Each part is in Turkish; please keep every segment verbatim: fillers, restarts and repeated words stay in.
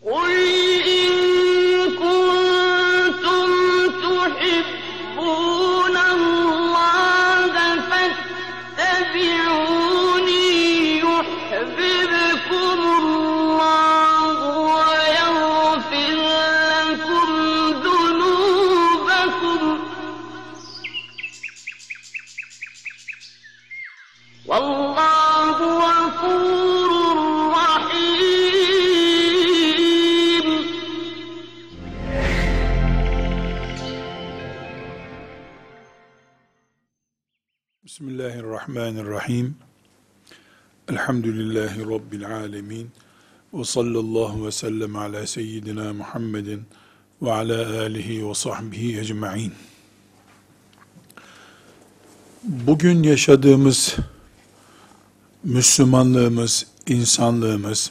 قُلْ إِن كُنتُمْ تُحِبُّونَ اللَّهَ فَاتَّبِعُونِي يُحْبِبْكُمُ اللَّهُ وَيَغْفِرْ لَكُمْ ذُنُوبَكُمْ وَاللَّهُ غَفُورٌ رَّحِيمٌ. Bismillahirrahmanirrahim. Elhamdülillahi Rabbil alemin. Ve sallallahu ve sellem ala seyyidina Muhammedin ve ala alihi ve sahbihi ecma'in. Bugün yaşadığımız Müslümanlığımız, insanlığımız,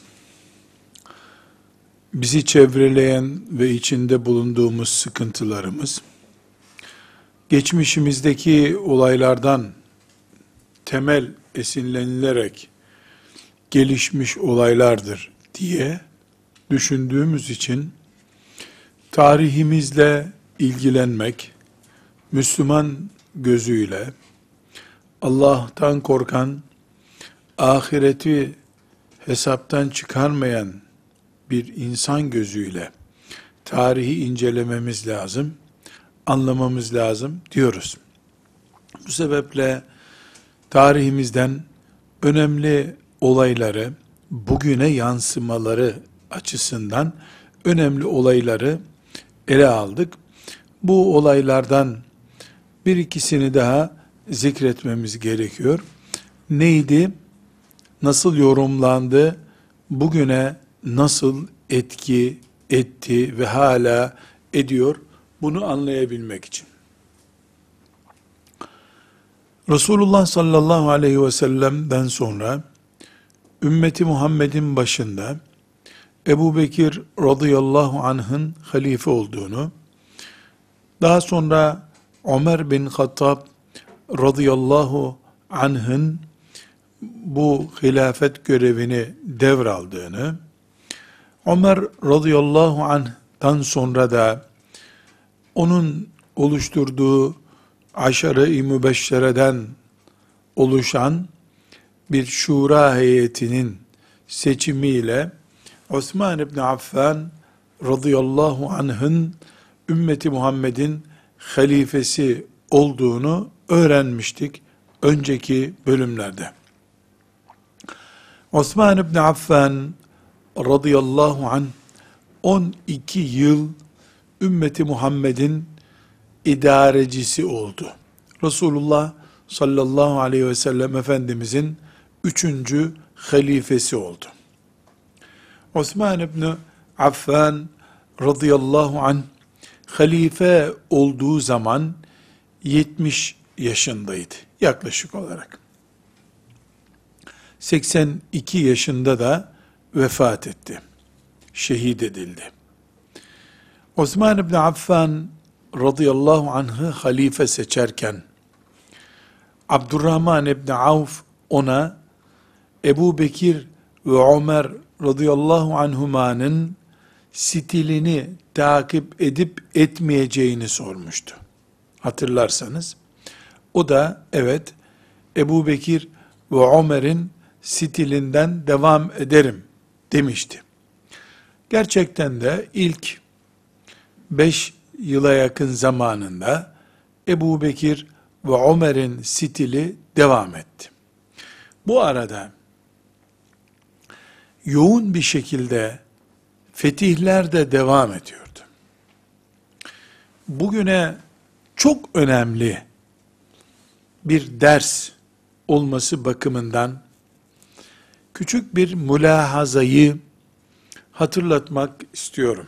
bizi çevreleyen ve içinde bulunduğumuz sıkıntılarımız, geçmişimizdeki olaylardan temel esinlenilerek gelişmiş olaylardır diye düşündüğümüz için tarihimizle ilgilenmek, Müslüman gözüyle, Allah'tan korkan, ahireti hesaptan çıkarmayan bir insan gözüyle tarihi incelememiz lazım, anlamamız lazım diyoruz. Bu sebeple tarihimizden önemli olayları, bugüne yansımaları açısından önemli olayları ele aldık. Bu olaylardan bir ikisini daha zikretmemiz gerekiyor. Neydi? Nasıl yorumlandı? Bugüne nasıl etki etti ve hala ediyor? Bunu anlayabilmek için. Resulullah sallallahu aleyhi ve sellem'den sonra ümmeti Muhammed'in başında Ebu Bekir radıyallahu anh'ın halife olduğunu, daha sonra Ömer bin Hattab radıyallahu anh'ın bu hilafet görevini devraldığını, Ömer radıyallahu anh'tan sonra da onun oluşturduğu Aşere-i Mübeşşere'den oluşan bir şura heyetinin seçimiyle Osman İbni Affan radıyallahu anh'ın ümmeti Muhammed'in halifesi olduğunu öğrenmiştik önceki bölümlerde. Osman İbni Affan radıyallahu anh on iki yıl ümmeti Muhammed'in idarecisi oldu. Resulullah sallallahu aleyhi ve sellem Efendimizin üçüncü halifesi oldu. Osman İbni Affan radıyallahu anh halife olduğu zaman yetmiş yaşındaydı yaklaşık olarak. seksen iki yaşında da vefat etti. Şehit edildi. Osman İbni Affan radıyallahu anh'ı halife seçerken Abdurrahman İbni Avf ona Ebu Bekir ve Ömer radıyallahu anhumanın stilini takip edip etmeyeceğini sormuştu. Hatırlarsanız o da evet Ebu Bekir ve Ömer'in stilinden devam ederim demişti. Gerçekten de ilk beş yıla yakın zamanında Ebu Bekir ve Ömer'in stili devam etti. Bu arada yoğun bir şekilde fetihler de devam ediyordu. Bugüne çok önemli bir ders olması bakımından küçük bir mülahazayı hatırlatmak istiyorum.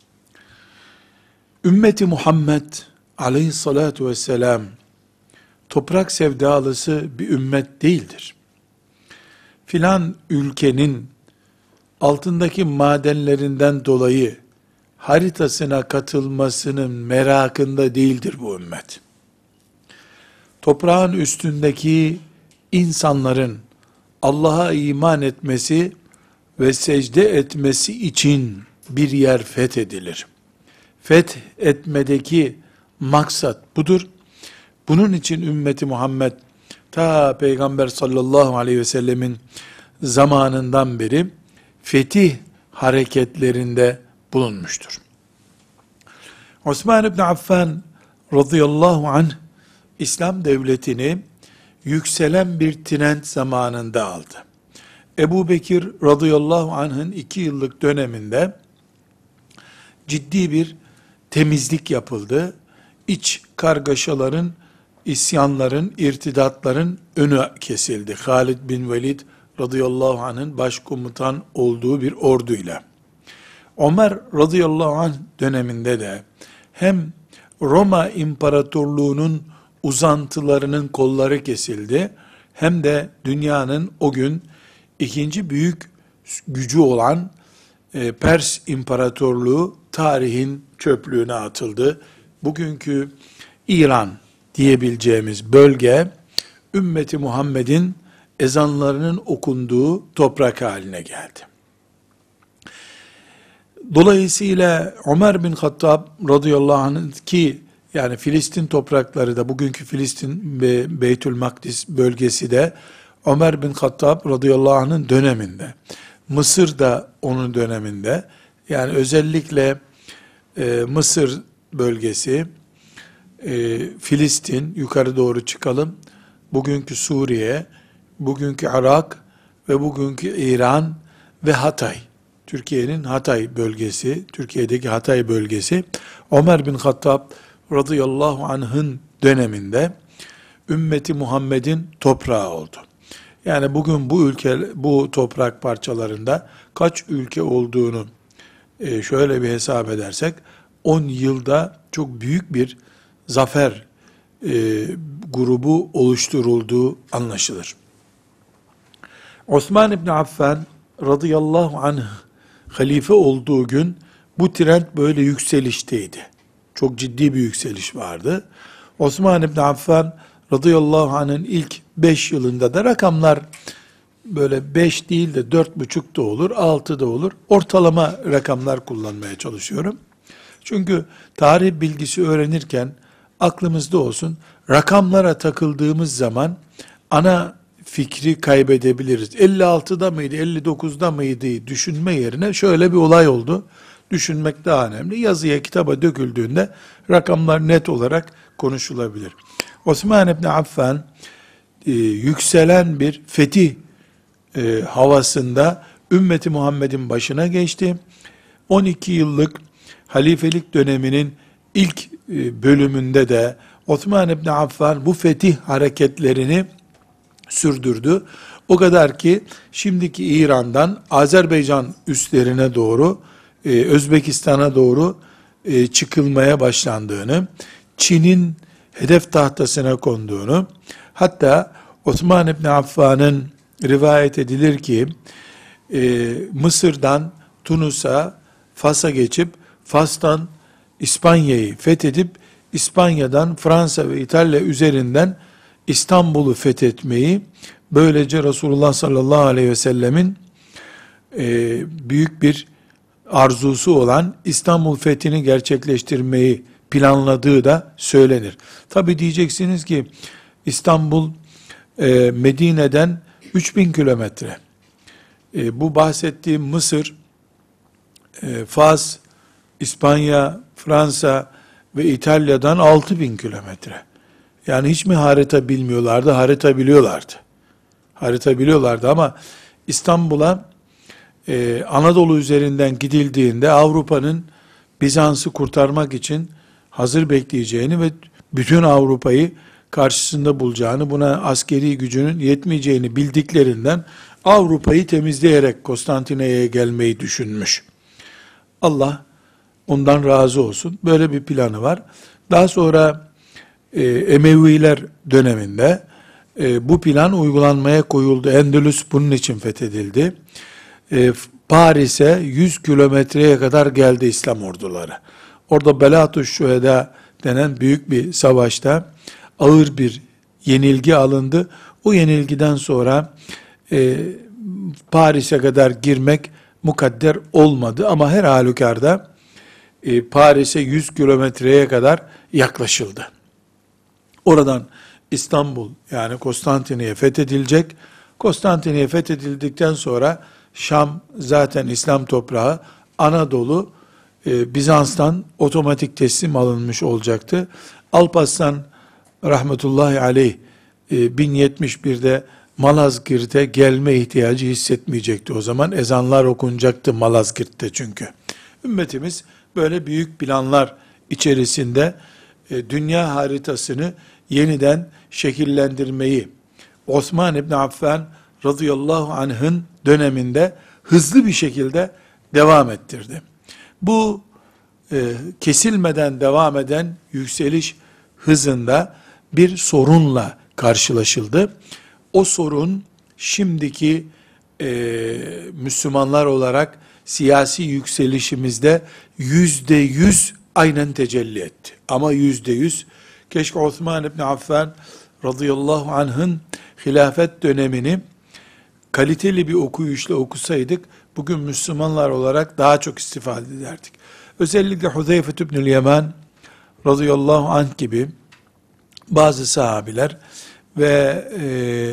Ümmeti Muhammed aleyhissalatu vesselam toprak sevdalısı bir ümmet değildir. Filan ülkenin altındaki madenlerinden dolayı haritasına katılmasının merakında değildir bu ümmet. Toprağın üstündeki insanların Allah'a iman etmesi ve secde etmesi için bir yer fethedilir. Fethetmedeki maksat budur. Bunun için ümmeti Muhammed ta Peygamber sallallahu aleyhi ve sellemin zamanından beri fetih hareketlerinde bulunmuştur. Osman İbni Affan radıyallahu anh İslam devletini yükselen bir trend zamanında aldı. Ebu Bekir radıyallahu anh'ın iki yıllık döneminde ciddi bir temizlik yapıldı. İç kargaşaların, isyanların, irtidatların önü kesildi. Halid bin Velid radıyallahu anh'ın başkomutan olduğu bir orduyla. Ömer radıyallahu anh döneminde de hem Roma İmparatorluğu'nun uzantılarının kolları kesildi, hem de dünyanın o gün ikinci büyük gücü olan e, Pers İmparatorluğu tarihin çöplüğüne atıldı. Bugünkü İran diyebileceğimiz bölge, ümmeti Muhammed'in ezanlarının okunduğu toprak haline geldi. Dolayısıyla Ömer bin Hattab radıyallahu anh ki yani Filistin toprakları da bugünkü Filistin ve Beytül Makdis bölgesi de Ömer bin Hattab radıyallahu anh'ın döneminde. Mısır da onun döneminde. Yani özellikle e, Mısır bölgesi, e, Filistin, yukarı doğru çıkalım, bugünkü Suriye, bugünkü Irak ve bugünkü İran ve Hatay. Türkiye'nin Hatay bölgesi, Türkiye'deki Hatay bölgesi, Ömer bin Hattab radıyallahu anh'ın döneminde ümmeti Muhammed'in toprağı oldu. Yani bugün bu ülke, bu toprak parçalarında kaç ülke olduğunu e, şöyle bir hesap edersek, on yılda çok büyük bir zafer e, grubu oluşturulduğu anlaşılır. Osman İbni Affan radıyallahu anh halife olduğu gün bu trend böyle yükselişteydi. Çok ciddi bir yükseliş vardı. Osman İbni Affan radıyallahu anh'ın ilk beş yılında da rakamlar böyle beş değil de dört buçuk da olur, altı da olur. Ortalama rakamlar kullanmaya çalışıyorum. Çünkü tarih bilgisi öğrenirken aklımızda olsun, rakamlara takıldığımız zaman ana fikri kaybedebiliriz. elli altıda mıydı, elli dokuzda mıydı düşünme yerine şöyle bir olay oldu. Düşünmek daha önemli. Yazıya, kitaba döküldüğünde rakamlar net olarak konuşulabilir. Osman İbni Affan e, yükselen bir fetih e, havasında ümmeti Muhammed'in başına geçti. on iki yıllık halifelik döneminin ilk e, bölümünde de Osman İbni Affan bu fetih hareketlerini sürdürdü. O kadar ki şimdiki İran'dan Azerbaycan üslerine doğru, e, Özbekistan'a doğru e, çıkılmaya başlandığını, Çin'in hedef tahtasına konduğunu, hatta Osman İbni Affan'ın rivayet edilir ki e, Mısır'dan Tunus'a, Fas'a geçip Fas'tan İspanya'yı fethedip İspanya'dan Fransa ve İtalya üzerinden İstanbul'u fethetmeyi, böylece Resulullah sallallahu aleyhi ve sellemin e, büyük bir arzusu olan İstanbul fethini gerçekleştirmeyi planladığı da söylenir. Tabi diyeceksiniz ki İstanbul e, Medine'den üç bin kilometre. E, bu bahsettiğim Mısır, e, Fas, İspanya, Fransa ve İtalya'dan altı bin kilometre. Yani hiç mi harita bilmiyorlardı? Harita biliyorlardı. Harita biliyorlardı ama İstanbul'a e, Anadolu üzerinden gidildiğinde Avrupa'nın Bizans'ı kurtarmak için hazır bekleyeceğini ve bütün Avrupa'yı karşısında bulacağını, buna askeri gücünün yetmeyeceğini bildiklerinden Avrupa'yı temizleyerek Konstantiniyye'ye gelmeyi düşünmüş. Allah ondan razı olsun. Böyle bir planı var. Daha sonra e, Emeviler döneminde e, bu plan uygulanmaya koyuldu. Endülüs bunun için fethedildi. E, Paris'e yüz kilometreye kadar geldi İslam orduları. Orada Belatü's Şühedâ denen büyük bir savaşta ağır bir yenilgi alındı. O yenilgiden sonra e, Paris'e kadar girmek mukadder olmadı ama her halükarda e, Paris'e yüz kilometreye kadar yaklaşıldı. Oradan İstanbul yani Konstantiniye fethedilecek. Konstantiniye fethedildikten sonra Şam zaten İslam toprağı, Anadolu e, Bizans'tan otomatik teslim alınmış olacaktı. Alparslan rahmetullahi aleyh e, bin yetmiş birde Malazgirt'e gelme ihtiyacı hissetmeyecekti. O zaman ezanlar okunacaktı Malazgirt'te çünkü. Ümmetimiz böyle büyük planlar içerisinde e, dünya haritasını yeniden şekillendirmeyi Osman İbni Affan radıyallahu anh'ın döneminde hızlı bir şekilde devam ettirdi. Bu e, kesilmeden devam eden yükseliş hızında bir sorunla karşılaşıldı. O sorun şimdiki e, Müslümanlar olarak siyasi yükselişimizde yüzde yüz aynen tecelli etti. Ama yüzde yüz keşke Osman İbni Affan radıyallahu anh'ın hilafet dönemini kaliteli bir okuyuşla okusaydık, bugün Müslümanlar olarak daha çok istifade ederdik. Özellikle Huzeyfe İbnül Yeman radıyallahu anh gibi bazı sahabiler ve e,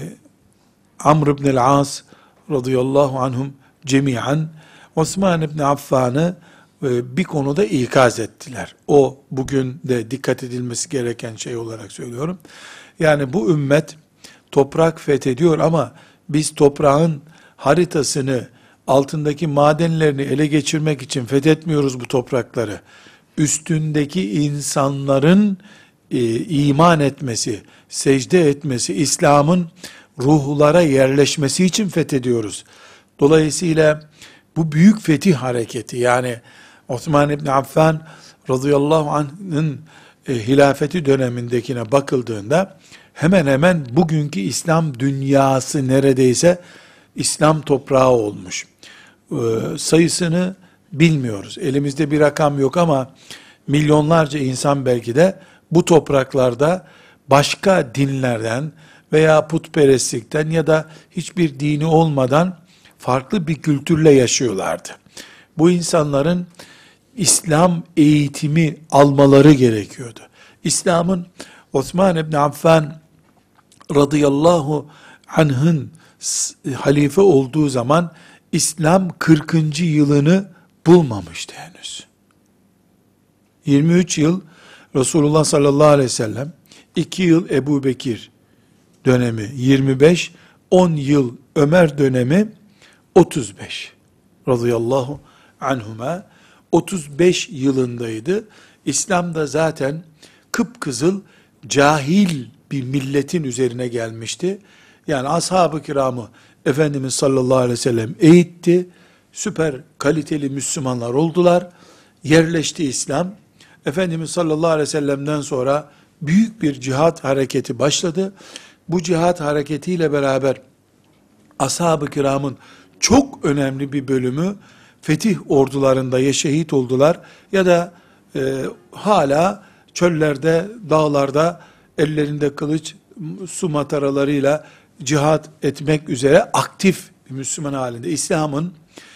Amr İbnül As radıyallahu anhum cemiyen Osman İbni Affan'ı e, bir konuda ikaz ettiler. O bugün de dikkat edilmesi gereken şey olarak söylüyorum. Yani bu ümmet toprak fethediyor ama biz toprağın haritasını, altındaki madenlerini ele geçirmek için fethetmiyoruz bu toprakları. Üstündeki insanların e, iman etmesi, secde etmesi, İslam'ın ruhlara yerleşmesi için fethediyoruz. Dolayısıyla bu büyük fetih hareketi, yani Osman İbni Affan radıyallahu anh'ın e, hilafeti dönemindekine bakıldığında hemen hemen bugünkü İslam dünyası neredeyse İslam toprağı olmuş. E, sayısını bilmiyoruz. Elimizde bir rakam yok ama milyonlarca insan belki de bu topraklarda başka dinlerden veya putperestlikten ya da hiçbir dini olmadan farklı bir kültürle yaşıyorlardı. Bu insanların İslam eğitimi almaları gerekiyordu. İslam'ın Osman İbni Affan radıyallahu anh'ın halife olduğu zaman İslam kırkıncı yılını bulmamıştı henüz. yirmi üç yıl Resulullah sallallahu aleyhi ve sellem, iki yıl Ebu Bekir dönemi yirmi beş, on yıl Ömer dönemi otuz beş radıyallahu anhuma, otuz beş yılındaydı. İslam'da zaten kıpkızıl cahil bir milletin üzerine gelmişti. Yani ashab-ı kiramı Efendimiz sallallahu aleyhi ve sellem eğitti. Süper kaliteli Müslümanlar oldular. Yerleşti İslam. Efendimiz sallallahu aleyhi ve sellem'den sonra büyük bir cihat hareketi başladı. Bu cihat hareketiyle beraber ashab-ı kiramın çok önemli bir bölümü fetih ordularında ya şehit oldular ya da e, hala çöllerde, dağlarda ellerinde kılıç, su mataralarıyla cihat etmek üzere aktif bir Müslüman halinde. İslam'ın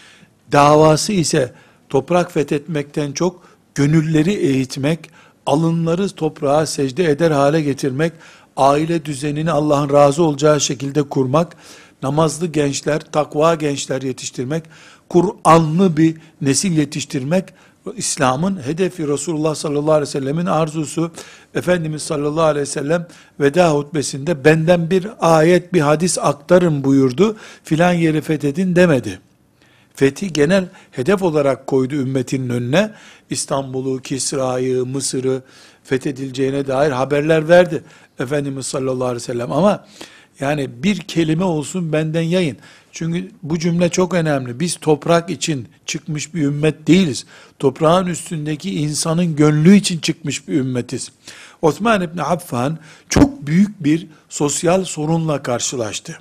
davası ise toprak fethetmekten çok gönülleri eğitmek, alınları toprağa secde eder hale getirmek, aile düzenini Allah'ın razı olacağı şekilde kurmak, namazlı gençler, takva gençler yetiştirmek, Kur'anlı bir nesil yetiştirmek, İslam'ın hedefi. Resulullah sallallahu aleyhi ve sellemin arzusu. Efendimiz sallallahu aleyhi ve sellem veda hutbesinde benden bir ayet, bir hadis aktarın buyurdu, filan yeri fethedin demedi. Fethi genel hedef olarak koydu ümmetinin önüne. İstanbul'u, Kisra'yı, Mısır'ı fethedileceğine dair haberler verdi Efendimiz sallallahu aleyhi ve sellem. Ama yani bir kelime olsun benden yayın. Çünkü bu cümle çok önemli. Biz toprak için çıkmış bir ümmet değiliz. Toprağın üstündeki insanın gönlü için çıkmış bir ümmetiz. Osman İbni Affan çok büyük bir sosyal sorunla karşılaştı.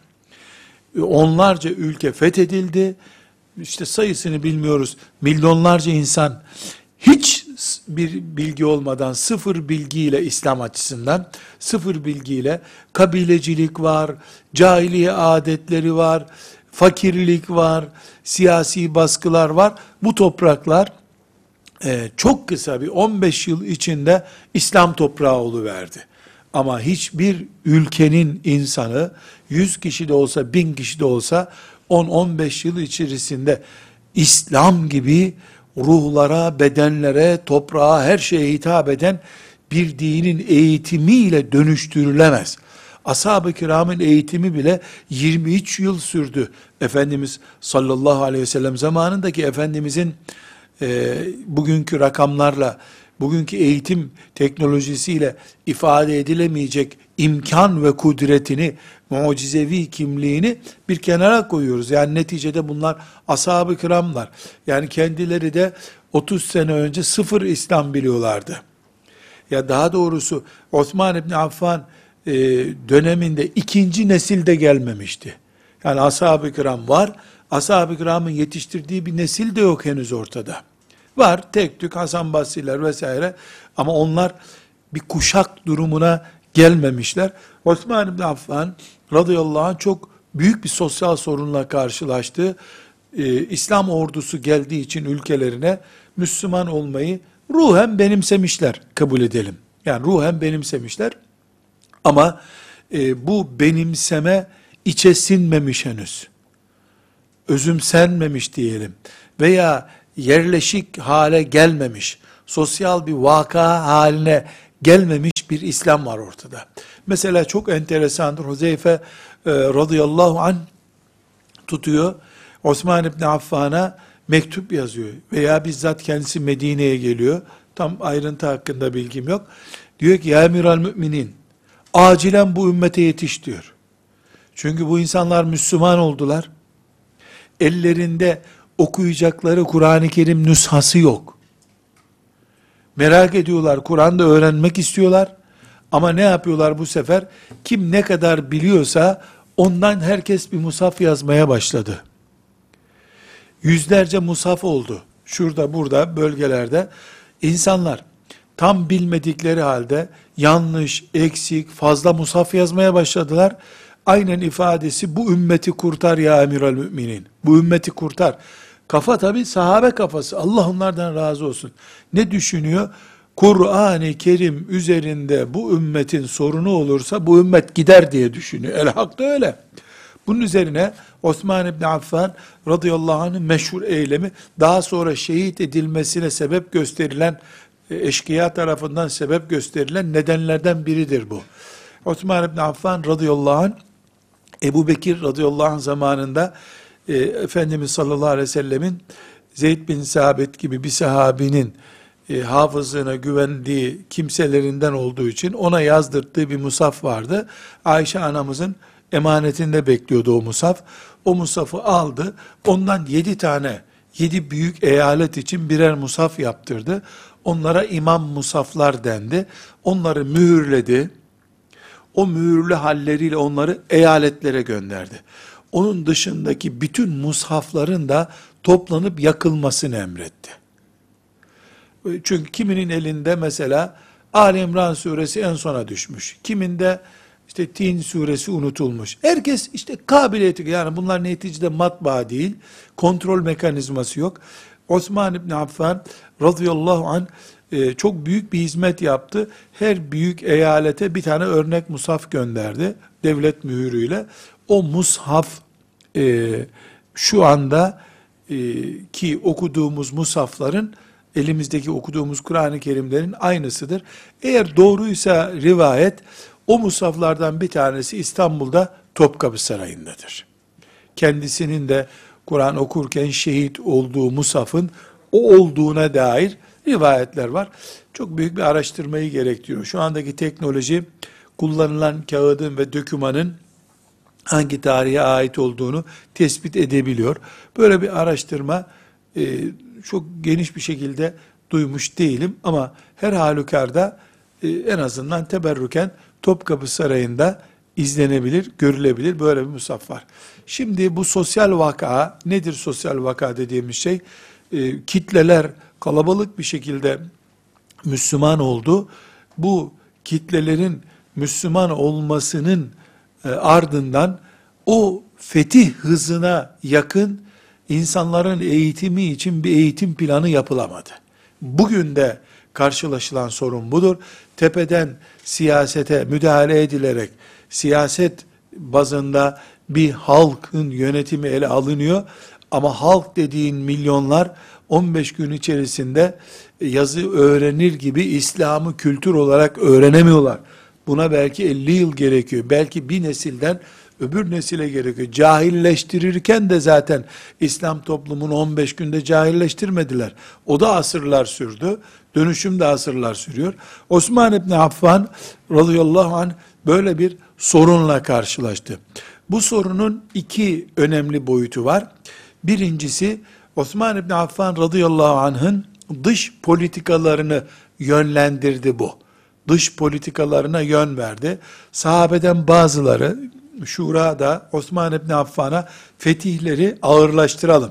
Onlarca ülke fethedildi. İşte sayısını bilmiyoruz. Milyonlarca insan hiç bir bilgi olmadan, sıfır bilgiyle, İslam açısından sıfır bilgiyle kabilecilik var, cahiliye adetleri var, fakirlik var, siyasi baskılar var. Bu topraklar e, çok kısa bir on beş yıl içinde İslam toprağı oluverdi. Ama hiçbir ülkenin insanı yüz kişi de olsa, bin kişi de olsa on on beş yıl içerisinde İslam gibi ruhlara, bedenlere, toprağa, her şeye hitap eden bir dinin eğitimiyle dönüştürülemez. Ashab-ı kiramın eğitimi bile yirmi üç yıl sürdü. Efendimiz sallallahu aleyhi ve sellem zamanındaki Efendimizin e, bugünkü rakamlarla, bugünkü eğitim teknolojisiyle ifade edilemeyecek imkan ve kudretini, mucizevi kimliğini bir kenara koyuyoruz. Yani neticede bunlar ashab-ı kiramlar. Yani kendileri de otuz sene önce sıfır İslam biliyorlardı. Ya daha doğrusu Osman İbni Affan e, döneminde ikinci nesilde gelmemişti. Yani ashab-ı kiram var. Ashab-ı kiramın yetiştirdiği bir nesil de yok henüz ortada. Var tek tük Hasan Basriler vesaire ama onlar bir kuşak durumuna gelmemişler. Osman İbni Affan radıyallahu anh çok büyük bir sosyal sorunla karşılaştı. Ee, İslam ordusu geldiği için ülkelerine Müslüman olmayı ruhen benimsemişler, kabul edelim. Yani ruhen benimsemişler ama e, bu benimseme içe sinmemiş henüz. Özümsenmemiş diyelim veya yerleşik hale gelmemiş, sosyal bir vaka haline gelmemiş bir İslam var ortada. Mesela çok enteresandır. Huzeyfe e, radıyallahu anh tutuyor, Osman İbni Affan'a mektup yazıyor veya bizzat kendisi Medine'ye geliyor. Tam ayrıntı hakkında bilgim yok. Diyor ki ya emiral müminin, acilen bu ümmete yetiş diyor. Çünkü bu insanlar Müslüman oldular. Ellerinde okuyacakları Kur'an-ı Kerim nüshası yok. Merak ediyorlar, Kur'an'da öğrenmek istiyorlar. Ama ne yapıyorlar bu sefer? Kim ne kadar biliyorsa ondan herkes bir musaf yazmaya başladı. Yüzlerce musaf oldu. Şurada, burada, bölgelerde. İnsanlar tam bilmedikleri halde yanlış, eksik, fazla musaf yazmaya başladılar. Aynen ifadesi bu ümmeti kurtar ya emiral müminin. Bu ümmeti kurtar. Kafa tabi sahabe kafası. Allah onlardan razı olsun. Ne düşünüyor? Kur'an-ı Kerim üzerinde bu ümmetin sorunu olursa bu ümmet gider diye düşünüyor. El hak da öyle. Bunun üzerine Osman İbni Affan radıyallahu anh'ın meşhur eylemi, daha sonra şehit edilmesine sebep gösterilen, eşkıya tarafından sebep gösterilen nedenlerden biridir bu. Osman İbni Affan radıyallahu anh, Ebu Bekir radıyallahu anh zamanında e, Efendimiz sallallahu aleyhi ve sellemin Zeyd bin Sabit gibi bir sahabinin e, hafızlığına güvendiği kimselerinden olduğu için ona yazdırttığı bir musaf vardı. Ayşe anamızın emanetinde bekliyordu o musaf. O musafı aldı. Ondan yedi tane, yedi büyük eyalet için birer musaf yaptırdı. Onlara imam musaflar dendi. Onları mühürledi. O mühürlü halleriyle onları eyaletlere gönderdi. Onun dışındaki bütün mushafların da toplanıp yakılmasını emretti. Çünkü kiminin elinde mesela Ali İmran suresi en sona düşmüş. Kiminde işte Tin suresi unutulmuş. Herkes işte kabiliyeti, yani bunlar neticede matbaa değil, kontrol mekanizması yok. Osman İbni Affan radıyallahu anh e, çok büyük bir hizmet yaptı. Her büyük eyalete bir tane örnek mushaf gönderdi devlet mühürüyle. O mushaf e, şu anda e, ki okuduğumuz mushafların, elimizdeki okuduğumuz Kur'an-ı Kerimlerin aynısıdır. Eğer doğruysa rivayet, o mushaflardan bir tanesi İstanbul'da Topkapı Sarayı'ndadır. Kendisinin de Kur'an okurken şehit olduğu mushafın o olduğuna dair rivayetler var. Çok büyük bir araştırmayı gerektiriyor. Şu andaki teknoloji kullanılan kağıdın ve dokümanın hangi tarihe ait olduğunu tespit edebiliyor. Böyle bir araştırma e, çok geniş bir şekilde duymuş değilim ama her halükarda e, en azından teberrüken Topkapı Sarayı'nda izlenebilir, görülebilir böyle bir mushaf var. Şimdi bu sosyal vaka, nedir sosyal vaka dediğimiz şey? E, kitleler kalabalık bir şekilde Müslüman oldu. Bu kitlelerin Müslüman olmasının e, ardından o fetih hızına yakın insanların eğitimi için bir eğitim planı yapılamadı. Bugün de karşılaşılan sorun budur. Tepeden siyasete müdahale edilerek siyaset bazında bir halkın yönetimi ele alınıyor. Ama halk dediğin milyonlar on beş gün içerisinde yazı öğrenir gibi İslam'ı kültür olarak öğrenemiyorlar. Buna belki elli yıl gerekiyor. Belki bir nesilden öbür nesile gerekiyor. Cahilleştirirken de zaten İslam toplumunu on beş günde cahilleştirmediler. O da asırlar sürdü. Dönüşüm de asırlar sürüyor. Osman İbni Affan radıyallahu anh böyle bir sorunla karşılaştı. Bu sorunun iki önemli boyutu var. Birincisi, Osman İbni Affan radıyallahu anh'ın dış politikalarını yönlendirdi bu. Dış politikalarına yön verdi. Sahabeden bazıları Şura'da Osman İbni Affan'a fetihleri ağırlaştıralım.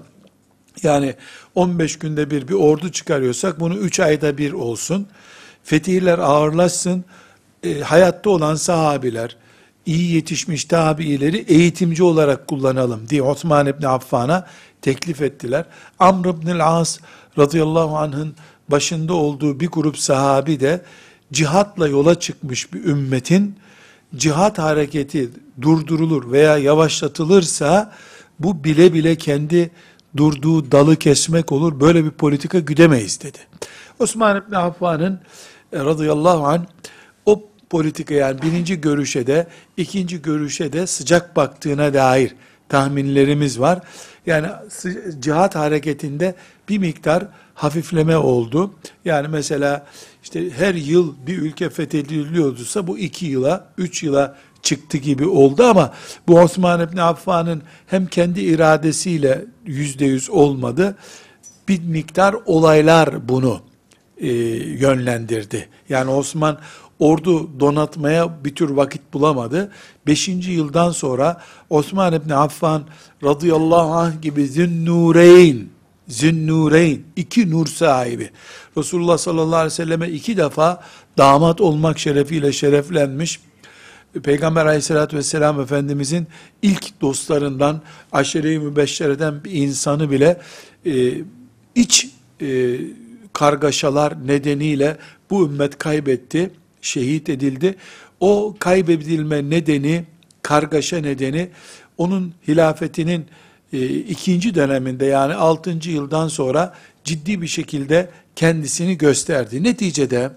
Yani on beş günde bir bir ordu çıkarıyorsak bunu üç ayda bir olsun. Fetihler ağırlaşsın. E, hayatta olan sahabiler, iyi yetişmiş tabiileri eğitimci olarak kullanalım diye Osman İbni Affan'a teklif ettiler. Amr İbnül As radıyallahu anh'ın başında olduğu bir grup sahabi de cihatla yola çıkmış bir ümmetin cihat hareketi durdurulur veya yavaşlatılırsa bu bile bile kendi durduğu dalı kesmek olur. Böyle bir politika güdemeyiz dedi. Osman İbni Affan'ın e, radıyallahu anh o politika, yani birinci görüşe de ikinci görüşe de sıcak baktığına dair tahminlerimiz var. Yani cihat hareketinde bir miktar hafifleme oldu. Yani mesela işte her yıl bir ülke fethediliyorduysa bu iki yıla, üç yıla çıktı gibi oldu ama bu Osman İbni Affan'ın hem kendi iradesiyle yüzde yüz olmadı, bir miktar olaylar bunu e, yönlendirdi. Yani Osman ordu donatmaya bir tür vakit bulamadı. Beşinci yıldan sonra Osman İbni Affan radıyallahu anh gibi Zünnureyn, Zünnureyn, iki nur sahibi, Resulullah sallallahu aleyhi ve selleme iki defa damat olmak şerefiyle şereflenmiş, Peygamber aleyhissalatü vesselam Efendimizin ilk dostlarından, aşere-i mübeşşereden bir insanı bile e, iç e, kargaşalar nedeniyle bu ümmet kaybetti, şehit edildi. O kaybedilme nedeni, kargaşa nedeni, onun hilafetinin e, ikinci döneminde, yani altıncı yıldan sonra ciddi bir şekilde kendisini gösterdi. Neticede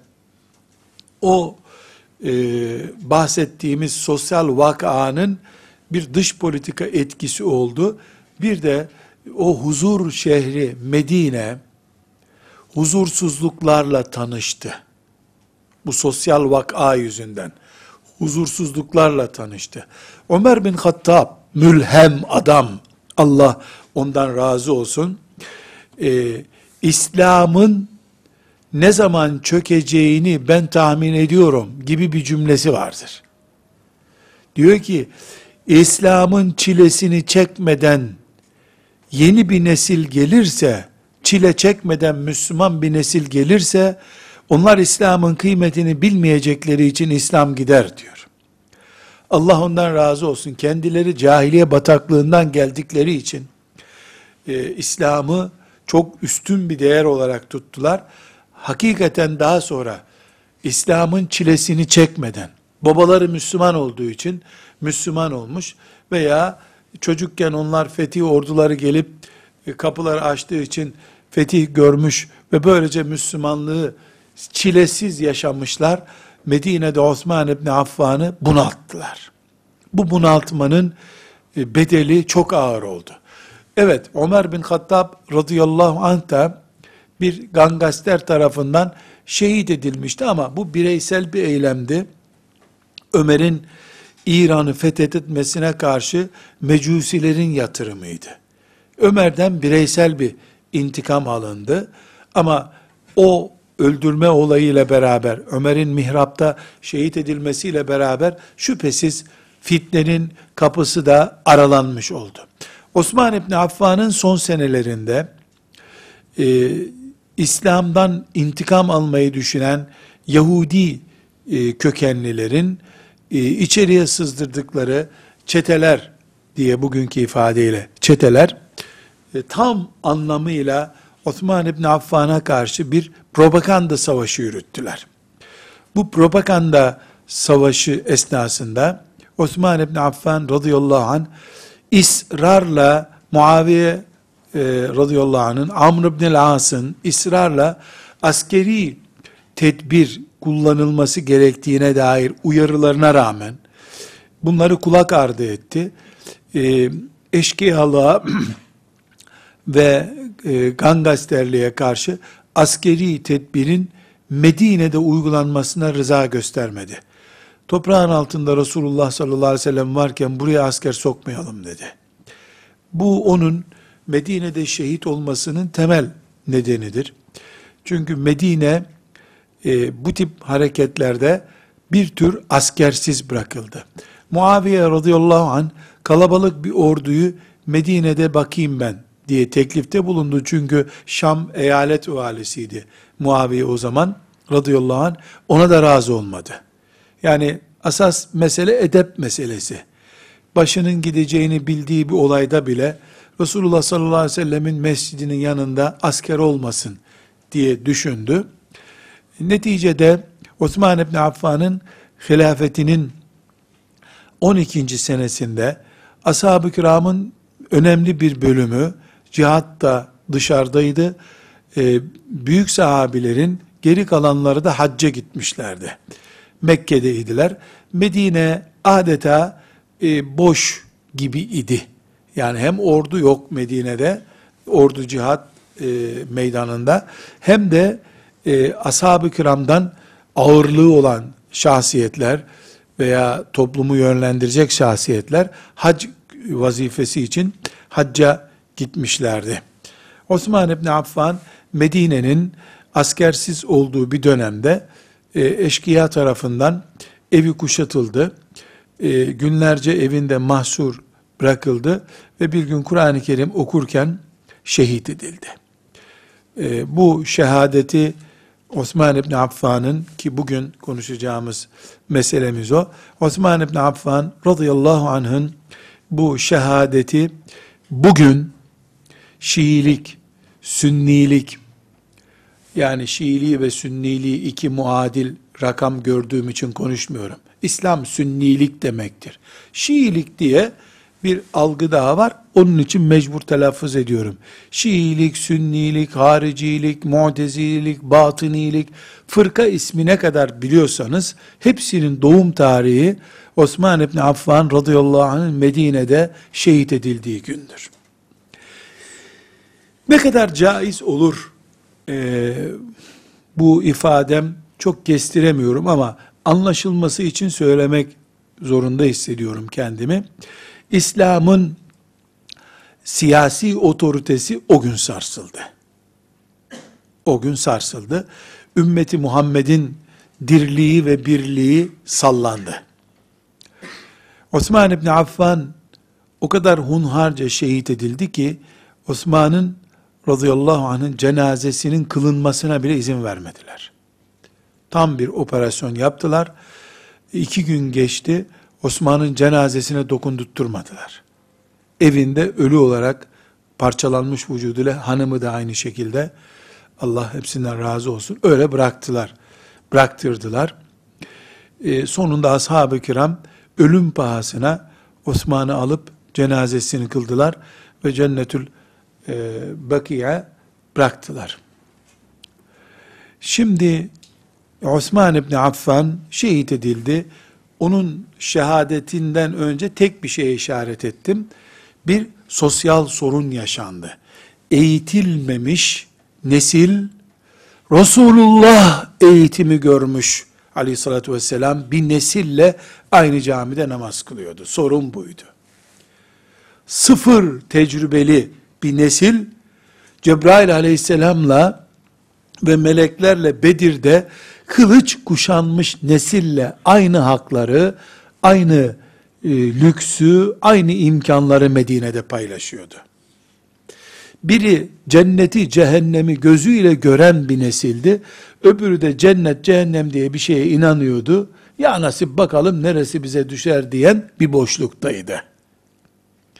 o e, bahsettiğimiz sosyal vakanın bir dış politika etkisi oldu. Bir de o huzur şehri Medine huzursuzluklarla tanıştı. Bu sosyal vaka yüzünden huzursuzluklarla tanıştı. Ömer bin Hattab, mülhem adam, Allah ondan razı olsun, Ee, İslam'ın ne zaman çökeceğini ben tahmin ediyorum gibi bir cümlesi vardır. Diyor ki, İslam'ın çilesini çekmeden yeni bir nesil gelirse, çile çekmeden Müslüman bir nesil gelirse, onlar İslam'ın kıymetini bilmeyecekleri için İslam gider diyor. Allah ondan razı olsun. Kendileri cahiliye bataklığından geldikleri için e, İslam'ı çok üstün bir değer olarak tuttular. Hakikaten daha sonra İslam'ın çilesini çekmeden, babaları Müslüman olduğu için Müslüman olmuş veya çocukken onlar fetih orduları gelip e, kapıları açtığı için fetih görmüş ve böylece Müslümanlığı çilesiz yaşamışlar. Medine'de Osman İbni Affan'ı bunalttılar. Bu bunaltmanın bedeli çok ağır oldu. Evet, Ömer bin Hattab radıyallahu anh da bir gangster tarafından şehit edilmişti ama bu bireysel bir eylemdi. Ömer'in İran'ı fethetmesine karşı mecusilerin yatırımıydı. Ömer'den bireysel bir intikam alındı ama o öldürme olayıyla beraber, Ömer'in mihrapta şehit edilmesiyle beraber şüphesiz fitnenin kapısı da aralanmış oldu. Osman İbni Affan'ın son senelerinde e, İslam'dan intikam almayı düşünen Yahudi e, kökenlilerin e, içeriye sızdırdıkları çeteler diye bugünkü ifadeyle çeteler e, tam anlamıyla Osman İbni Affan'a karşı bir propaganda savaşı yürüttüler. Bu propaganda savaşı esnasında Osman İbni Affan radıyallahu anh ısrarla Muaviye e, radıyallahu anh'ın, Amr İbni As'ın ısrarla askeri tedbir kullanılması gerektiğine dair uyarılarına rağmen bunları kulak ardı etti. E, eşkıyalığa ve e, gangasterliğe karşı askeri tedbirin Medine'de uygulanmasına rıza göstermedi. Toprağın altında Resulullah sallallahu aleyhi ve sellem varken buraya asker sokmayalım dedi. Bu onun Medine'de şehit olmasının temel nedenidir. Çünkü Medine e, bu tip hareketlerde bir tür askersiz bırakıldı. Muaviye radıyallahu anh kalabalık bir orduyu Medine'de bakayım ben diye teklifte bulundu. Çünkü Şam eyalet valisiydi Muaviye o zaman radıyallahu anh, ona da razı olmadı. Yani asas mesele edep meselesi. Başının gideceğini bildiği bir olayda bile Resulullah sallallahu aleyhi ve sellemin mescidinin yanında asker olmasın diye düşündü. Neticede Osman İbni Affan'ın hilafetinin on ikinci senesinde ashab-ı kiramın önemli bir bölümü cihatta dışarıdaydı. Ee, büyük sahabilerin geri kalanları da hacca gitmişlerdi. Mekke'deydiler. Medine adeta e, boş gibi idi. Yani hem ordu yok Medine'de, ordu cihat e, meydanında, hem de e, ashab-ı kiramdan ağırlığı olan şahsiyetler veya toplumu yönlendirecek şahsiyetler hac vazifesi için hacca gitmişlerdi. Osman İbni Affan Medine'nin askersiz olduğu bir dönemde e, eşkıya tarafından evi kuşatıldı. E, günlerce evinde mahsur bırakıldı ve bir gün Kur'an-ı Kerim okurken şehit edildi. E, bu şehadeti Osman İbni Affan'ın, ki bugün konuşacağımız meselemiz o, Osman İbni Affan radıyallahu anh'ın bu şehadeti bugün Şiilik, Sünnilik, yani Şiiliği ve Sünniliği iki muadil rakam gördüğüm için konuşmuyorum. İslam Sünnilik demektir. Şiilik diye bir algı daha var. Onun için mecbur telaffuz ediyorum. Şiilik, Sünnilik, Haricilik, Mu'tezilik, Batınilik, fırka ismi ne kadar biliyorsanız hepsinin doğum tarihi Osman İbni Affan radıyallahu anh'ın Medine'de şehit edildiği gündür. Ne kadar caiz olur e, bu ifadem çok kestiremiyorum ama anlaşılması için söylemek zorunda hissediyorum kendimi. İslam'ın siyasi otoritesi o gün sarsıldı. O gün sarsıldı. Ümmeti Muhammed'in dirliği ve birliği sallandı. Osman İbni Affan o kadar hunharca şehit edildi ki Osman'ın radıyallahu anh'ın cenazesinin kılınmasına bile izin vermediler. Tam bir operasyon yaptılar. İki gün geçti. Osman'ın cenazesine dokundurtturmadılar. Evinde ölü olarak parçalanmış vücuduyla, hanımı da aynı şekilde, Allah hepsinden razı olsun, öyle bıraktılar. Bıraktırdılar. Ee, sonunda ashab-ı kiram ölüm pahasına Osman'ı alıp cenazesini kıldılar ve Cennetül e, Baki'ye bıraktılar. Şimdi Osman İbni Affan şehit edildi. Onun şehadetinden önce tek bir şeye işaret ettim. Bir sosyal sorun yaşandı. Eğitilmemiş nesil, Resulullah eğitimi görmüş aleyhissalatü vesselam bir nesille aynı camide namaz kılıyordu. Sorun buydu. Sıfır tecrübeli bir nesil, Cebrail aleyhisselamla ve meleklerle Bedir'de kılıç kuşanmış nesille aynı hakları, aynı e, lüksü, aynı imkanları Medine'de paylaşıyordu. Biri cenneti, cehennemi gözüyle gören bir nesildi. Öbürü de cennet, cehennem diye bir şeye inanıyordu. Ya nasip bakalım neresi bize düşer diyen bir boşluktaydı.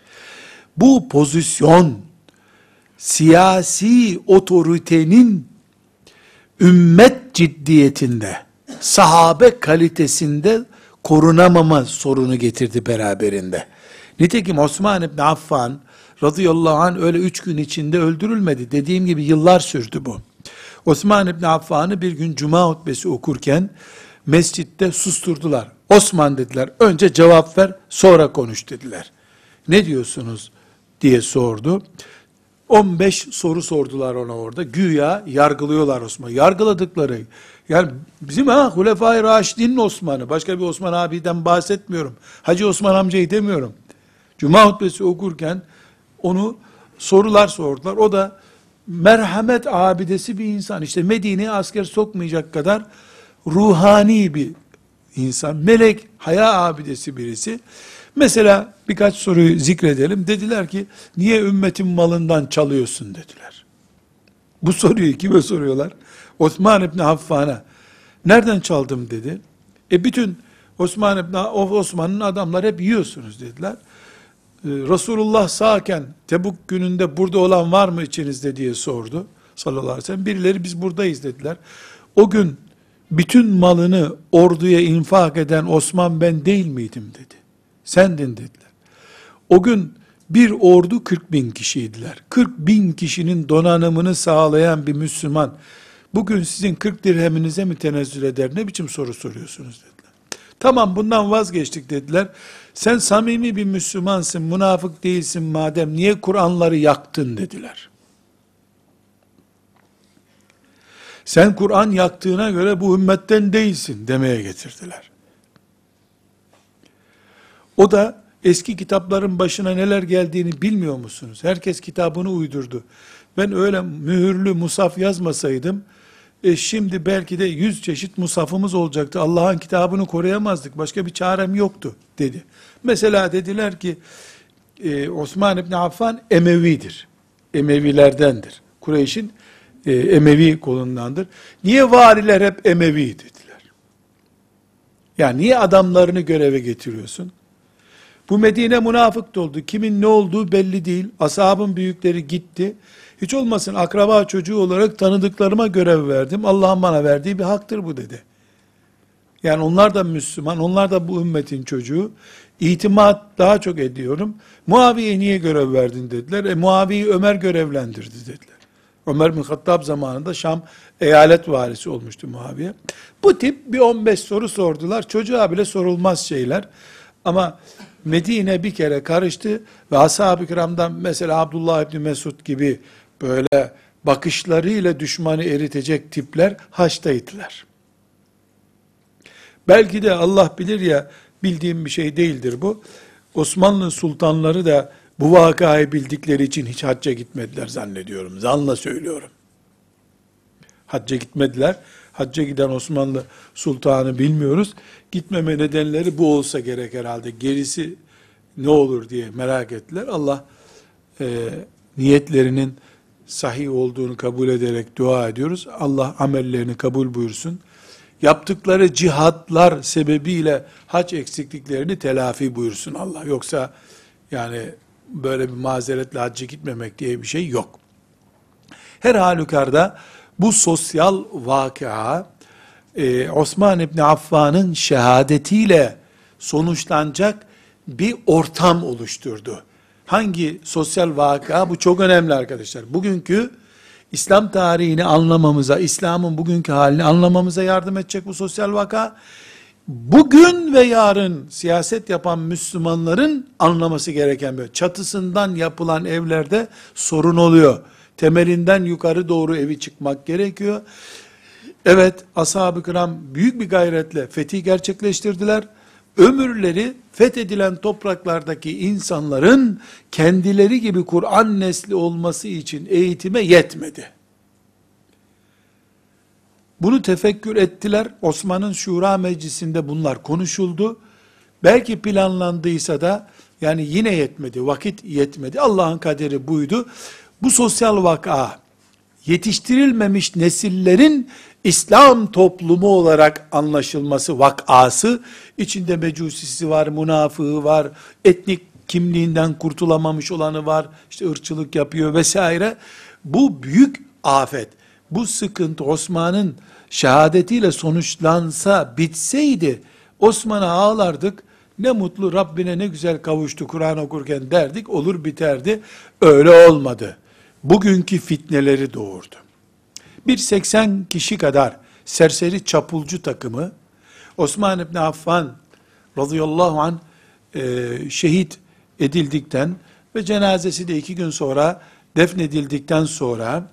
Bu pozisyon, siyasi otoritenin ümmet ciddiyetinde, sahabe kalitesinde korunamama sorunu getirdi beraberinde. Nitekim Osman İbni Affan radıyallahu anh öyle üç gün içinde öldürülmedi. Dediğim gibi yıllar sürdü bu. Osman İbni Affan'ı bir gün cuma hutbesi okurken mescitte susturdular. Osman dediler, önce cevap ver, sonra konuş dediler. Ne diyorsunuz diye sordu. on beş soru sordular ona orada. Güya yargılıyorlar Osman'ı. Yargıladıkları, yani bizim ha Hulefai Raşidin'in Osman'ı, başka bir Osman abiden bahsetmiyorum. Hacı Osman amcayı demiyorum. Cuma hutbesi okurken onu sorular sordular. O da merhamet abidesi bir insan. İşte Medine'ye asker sokmayacak kadar ruhani bir insan. Melek, haya abidesi birisi. Mesela birkaç soruyu zikredelim. Dediler ki, niye ümmetin malından çalıyorsun dediler. Bu soruyu kime soruyorlar? Osman İbni Affan'a. Nereden çaldım dedi. E bütün Osman İbni Osman'ın adamlar hep yiyorsunuz dediler. Resulullah sağken Tebuk gününde burada olan var mı içinizde diye sordu sallallahu aleyhi ve sellem. Birileri biz buradayız dediler. O gün bütün malını orduya infak eden Osman ben değil miydim dedi. Sendin dediler. O gün bir ordu kırk bin kişiydiler. kırk bin kişinin donanımını sağlayan bir Müslüman bugün sizin kırk dirheminize mi tenezzül eder, ne biçim soru soruyorsunuz dediler. Tamam bundan vazgeçtik dediler. Sen samimi bir Müslümansın, münafık değilsin madem, niye Kur'anları yaktın dediler. Sen Kur'an yaktığına göre bu ümmetten değilsin demeye getirdiler. O da eski kitapların başına neler geldiğini bilmiyor musunuz? Herkes kitabını uydurdu. Ben öyle mühürlü musaf yazmasaydım, e şimdi belki de yüz çeşit musafımız olacaktı. Allah'ın kitabını koruyamazdık. Başka bir çarem yoktu dedi. Mesela dediler ki e, Osman İbni Affan Emevidir. Emevilerdendir. Kureyş'in e, Emevi kolundandır. Niye variler hep Emevi dediler. Yani niye adamlarını göreve getiriyorsun? Bu Medine münafık doldu. Kimin ne olduğu belli değil. Ashabın büyükleri gitti. Hiç olmasın akraba çocuğu olarak tanıdıklarıma görev verdim. Allah'ın bana verdiği bir haktır bu dedi. Yani onlar da Müslüman, onlar da bu ümmetin çocuğu. İtimat daha çok ediyorum. Muaviye'ye niye görev verdin dediler. E Muaviye'yi Ömer görevlendirdi dediler. Ömer bin Hattab zamanında Şam eyalet varisi olmuştu Muaviye. Bu tip bir on beş soru sordular. Çocuğa bile sorulmaz şeyler. Ama Medine bir kere karıştı ve ashab-ı kiramdan mesela Abdullah İbni Mesud gibi böyle bakışlarıyla düşmanı eritecek tipler haçtaydılar. Belki de Allah bilir ya, bildiğim bir şey değildir bu. Osmanlı sultanları da bu vakayı bildikleri için hiç hacca gitmediler zannediyorum. Zanla söylüyorum. Hacca gitmediler. Hacca giden Osmanlı sultanı bilmiyoruz. Gitmeme nedenleri bu olsa gerek herhalde. Gerisi ne olur diye merak ettiler. Allah e, niyetlerinin sahih olduğunu kabul ederek dua ediyoruz. Allah amellerini kabul buyursun. Yaptıkları cihatlar sebebiyle hac eksikliklerini telafi buyursun Allah. Yoksa yani böyle bir mazeretle hacca gitmemek diye bir şey yok. Her halükarda bu sosyal vakıa e, Osman İbni Affan'ın şehadetiyle sonuçlanacak bir ortam oluşturdu. Hangi sosyal vakıa? Bu çok önemli arkadaşlar. Bugünkü İslam tarihini anlamamıza, İslam'ın bugünkü halini anlamamıza yardım edecek bu sosyal vaka. Bugün ve yarın siyaset yapan Müslümanların anlaması gereken bir çatısından yapılan evlerde sorun oluyor. Temelinden yukarı doğru evi çıkmak gerekiyor. Evet, ashab-ı kiram büyük bir gayretle fetih gerçekleştirdiler. Ömürleri fethedilen topraklardaki insanların kendileri gibi Kur'an nesli olması için eğitime yetmedi. Bunu tefekkür ettiler. Osman'ın Şura Meclisi'nde bunlar konuşuldu. Belki planlandıysa da yani yine yetmedi, vakit yetmedi. Allah'ın kaderi buydu. Bu sosyal vaka, yetiştirilmemiş nesillerin İslam toplumu olarak anlaşılması vakası, içinde mecusisi var, münafığı var, etnik kimliğinden kurtulamamış olanı var, işte ırkçılık yapıyor vesaire. Bu büyük afet. Bu sıkıntı Osman'ın şehadetiyle sonuçlansa, bitseydi, Osman'a ağlardık, ne mutlu Rabbine ne güzel kavuştu Kur'an okurken derdik, olur biterdi. Öyle olmadı. Bugünkü fitneleri doğurdu. Bir seksen kişi kadar serseri çapulcu takımı, Osman İbni Affan radıyallahu anh e, şehit edildikten ve cenazesi de iki gün sonra defnedildikten sonra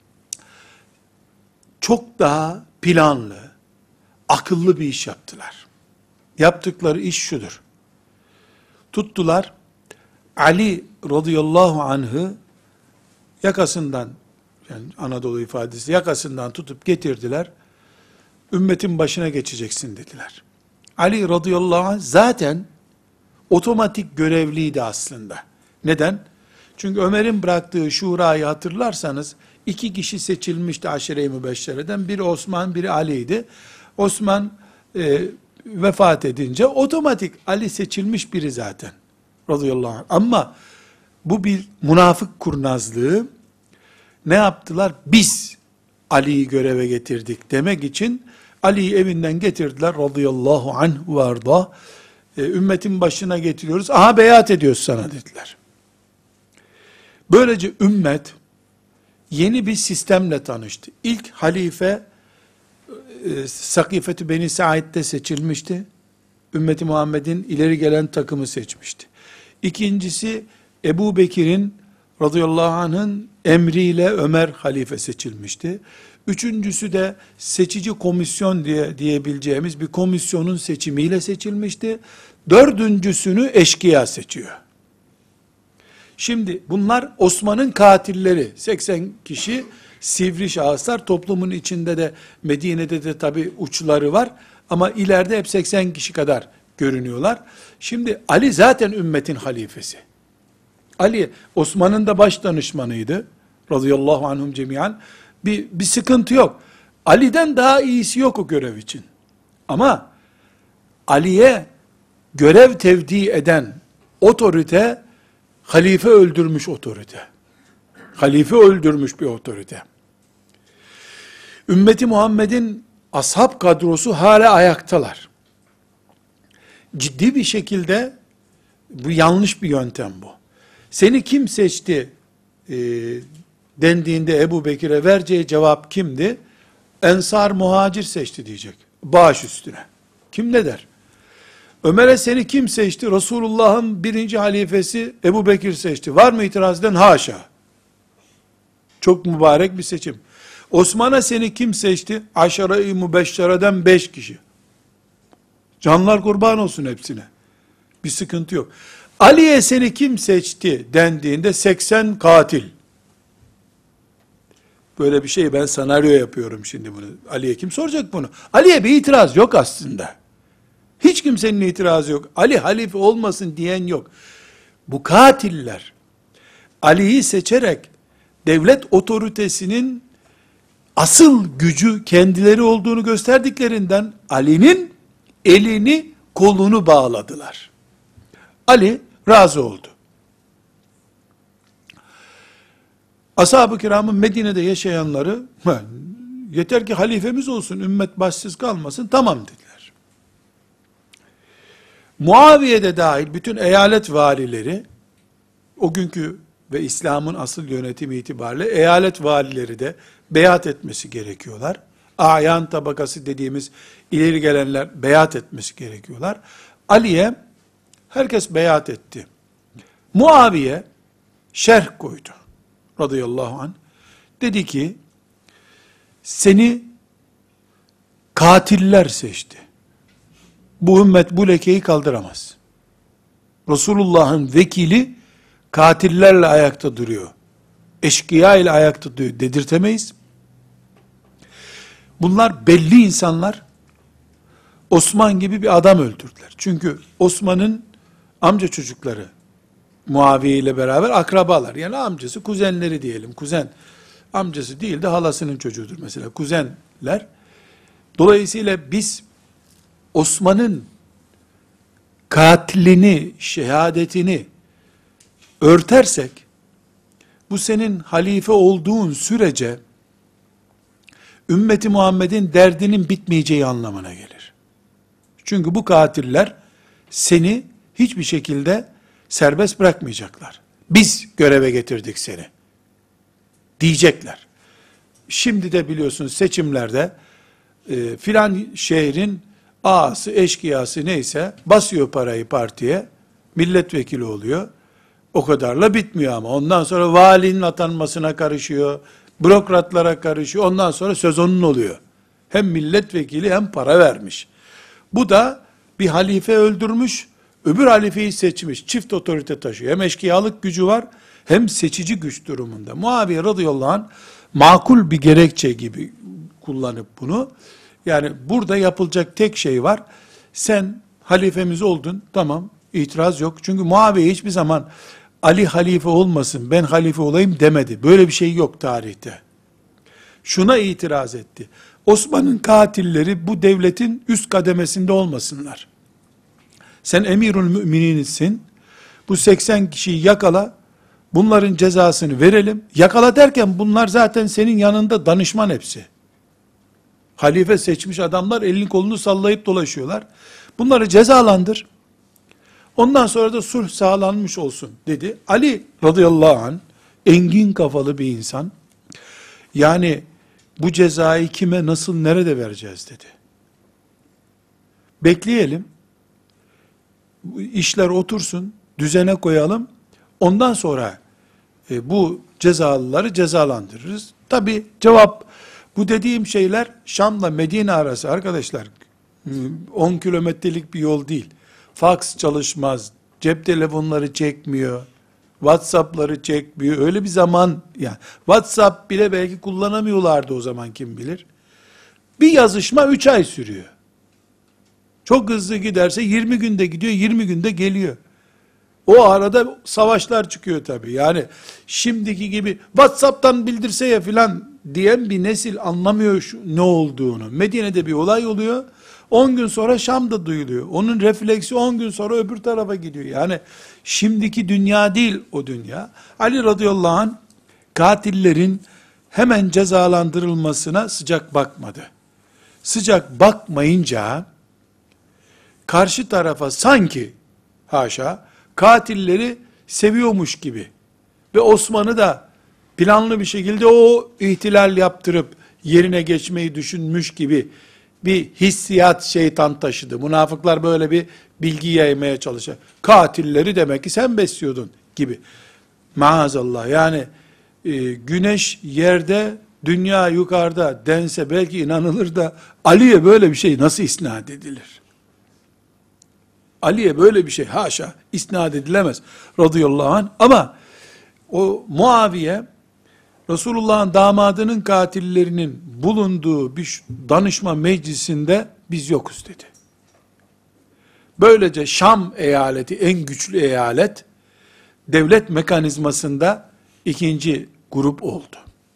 çok daha planlı, akıllı bir iş yaptılar. Yaptıkları iş şudur. Tuttular, Ali radıyallahu anh'ı yakasından, yani Anadolu ifadesi, yakasından tutup getirdiler. Ümmetin başına geçeceksin dediler. Ali radıyallahu anh zaten otomatik görevliydi aslında. Neden? Çünkü Ömer'in bıraktığı şurayı hatırlarsanız, iki kişi seçilmişti aşire-i mübeşşereden. Biri Osman, biri Ali'ydi. Osman e, vefat edince otomatik Ali seçilmiş biri zaten. Radıyallahu anh. Ama bu bir münafık kurnazlığı. Ne yaptılar? Biz Ali'yi göreve getirdik demek için Ali'yi evinden getirdiler radıyallahu anh ve arda. E, ümmetin başına getiriyoruz. Aha beyat ediyoruz sana dediler. Böylece ümmet yeni bir sistemle tanıştı. İlk halife e, Sakifetü Beni Said'de seçilmişti. Ümmeti Muhammed'in ileri gelen takımı seçmişti. İkincisi Ebu Bekir'in radıyallahu anh'ın emriyle Ömer halife seçilmişti. Üçüncüsü de seçici komisyon diye diyebileceğimiz bir komisyonun seçimiyle seçilmişti. Dördüncüsünü eşkıya seçiyor. Şimdi bunlar Osman'ın katilleri. seksen kişi sivri şahıslar. Toplumun içinde de Medine'de de tabi uçları var. Ama ileride hep seksen kişi kadar görünüyorlar. Şimdi Ali zaten ümmetin halifesi. Ali Osman'ın da baş danışmanıydı. Radıyallahu anhum cemiyan. Bir, bir sıkıntı yok. Ali'den daha iyisi yok o görev için. Ama Ali'ye görev tevdi eden otorite, halife öldürmüş otorite. Halife öldürmüş bir otorite. Ümmeti Muhammed'in ashab kadrosu hala ayaktalar. Ciddi bir şekilde bu yanlış bir yöntem bu. Seni kim seçti e, dendiğinde Ebu Bekir'e vereceği cevap kimdi? Ensar muhacir seçti diyecek. Baş üstüne. Kim ne der? Ömer'e seni kim seçti? Resulullah'ın birinci halifesi Ebu Bekir seçti. Var mı itiraz eden? Haşa. Çok mübarek bir seçim. Osman'a seni kim seçti? Aşara-i mübeşşereden beş kişi. Canlar kurban olsun hepsine. Bir sıkıntı yok. Ali'ye seni kim seçti dendiğinde seksen katil. Böyle bir şey, ben senaryo yapıyorum şimdi bunu. Ali'ye kim soracak bunu? Ali'ye bir itiraz yok aslında. Hiç kimsenin itirazı yok. Ali halife olmasın diyen yok. Bu katiller Ali'yi seçerek devlet otoritesinin asıl gücü kendileri olduğunu gösterdiklerinden Ali'nin elini kolunu bağladılar. Ali razı oldu. Ashab-ı kiramın Medine'de yaşayanları, yeter ki halifemiz olsun, ümmet başsız kalmasın, tamam dediler. Muaviye'de dahil bütün eyalet valileri, o günkü ve İslam'ın asıl yönetimi itibariyle eyalet valileri de beyat etmesi gerekiyorlar. Ayan tabakası dediğimiz ileri gelenler beyat etmesi gerekiyorlar. Ali'ye herkes beyat etti. Muaviye şerh koydu radıyallahu anh. Dedi ki, seni katiller seçti. Bu ümmet bu lekeyi kaldıramaz. Resulullah'ın vekili katillerle ayakta duruyor. Eşkıya ile ayakta duruyor. Dedirtemeyiz. Bunlar belli insanlar. Osman gibi bir adam öldürdüler. Çünkü Osman'ın amca çocukları Muaviye ile beraber akrabalar. Yani amcası, kuzenleri diyelim. Kuzen, amcası değil de halasının çocuğudur mesela. Kuzenler. Dolayısıyla biz Osman'ın katlini, şehadetini örtersek, bu senin halife olduğun sürece, ümmeti Muhammed'in derdinin bitmeyeceği anlamına gelir. Çünkü bu katiller seni hiçbir şekilde serbest bırakmayacaklar. Biz göreve getirdik seni diyecekler. Şimdi de biliyorsun seçimlerde e, filan şehrin ağası, eşkıyası neyse basıyor parayı partiye, milletvekili oluyor. O kadarla bitmiyor ama. Ondan sonra valinin atanmasına karışıyor, bürokratlara karışıyor. Ondan sonra söz onun oluyor. Hem milletvekili hem para vermiş. Bu da bir halife öldürmüş, öbür halifeyi seçmiş. Çift otorite taşıyor. Hem eşkıyalık gücü var, hem seçici güç durumunda. Muaviye radıyallahu anh makul bir gerekçe gibi kullanıp bunu, yani burada yapılacak tek şey var. Sen halifemiz oldun, tamam, itiraz yok. Çünkü Muaviye hiçbir zaman Ali halife olmasın, ben halife olayım demedi. Böyle bir şey yok tarihte. Şuna itiraz etti. Osman'ın katilleri bu devletin üst kademesinde olmasınlar. Sen emirül mümininsin. Bu seksen kişiyi yakala. Bunların cezasını verelim. Yakala derken bunlar zaten senin yanında danışman hepsi. Halife seçmiş adamlar elini kolunu sallayıp dolaşıyorlar. Bunları cezalandır. Ondan sonra da sulh sağlanmış olsun dedi. Ali radıyallahu anh engin kafalı bir insan. Yani bu cezayı kime, nasıl, nerede vereceğiz dedi. Bekleyelim. İşler otursun, düzene koyalım. Ondan sonra e, bu cezalıları cezalandırırız. Tabi cevap, bu dediğim şeyler Şam'la Medine arası arkadaşlar. on kilometrelik bir yol değil. Faks çalışmaz, cep telefonları çekmiyor, WhatsApp'ları çekmiyor. Öyle bir zaman, yani WhatsApp bile belki kullanamıyorlardı o zaman, kim bilir. Bir yazışma üç ay sürüyor. Çok hızlı giderse yirmi günde gidiyor, yirmi günde geliyor. O arada savaşlar çıkıyor tabii. Yani şimdiki gibi WhatsApp'tan bildirse ya filan diyen bir nesil anlamıyor şu, ne olduğunu. Medine'de bir olay oluyor. on gün sonra Şam'da duyuluyor. Onun refleksi on gün sonra öbür tarafa gidiyor. Yani şimdiki dünya değil o dünya. Ali radıyallahu anh katillerin hemen cezalandırılmasına sıcak bakmadı. Sıcak bakmayınca karşı tarafa sanki haşa katilleri seviyormuş gibi ve Osman'ı da planlı bir şekilde o ihtilal yaptırıp yerine geçmeyi düşünmüş gibi bir hissiyat şeytan taşıdı. Münafıklar böyle bir bilgi yaymaya çalışıyor. Katilleri demek ki sen besliyordun gibi. Maazallah, yani e, güneş yerde, dünya yukarıda dense belki inanılır da Ali'ye böyle bir şey nasıl isnat edilir? Ali'ye böyle bir şey haşa isnat edilemez radıyallahu anh. Ama o Muaviye Resulullah'ın damadının katillerinin bulunduğu bir danışma meclisinde biz yokuz dedi. Böylece Şam eyaleti, en güçlü eyalet, devlet mekanizmasında ikinci grup oldu.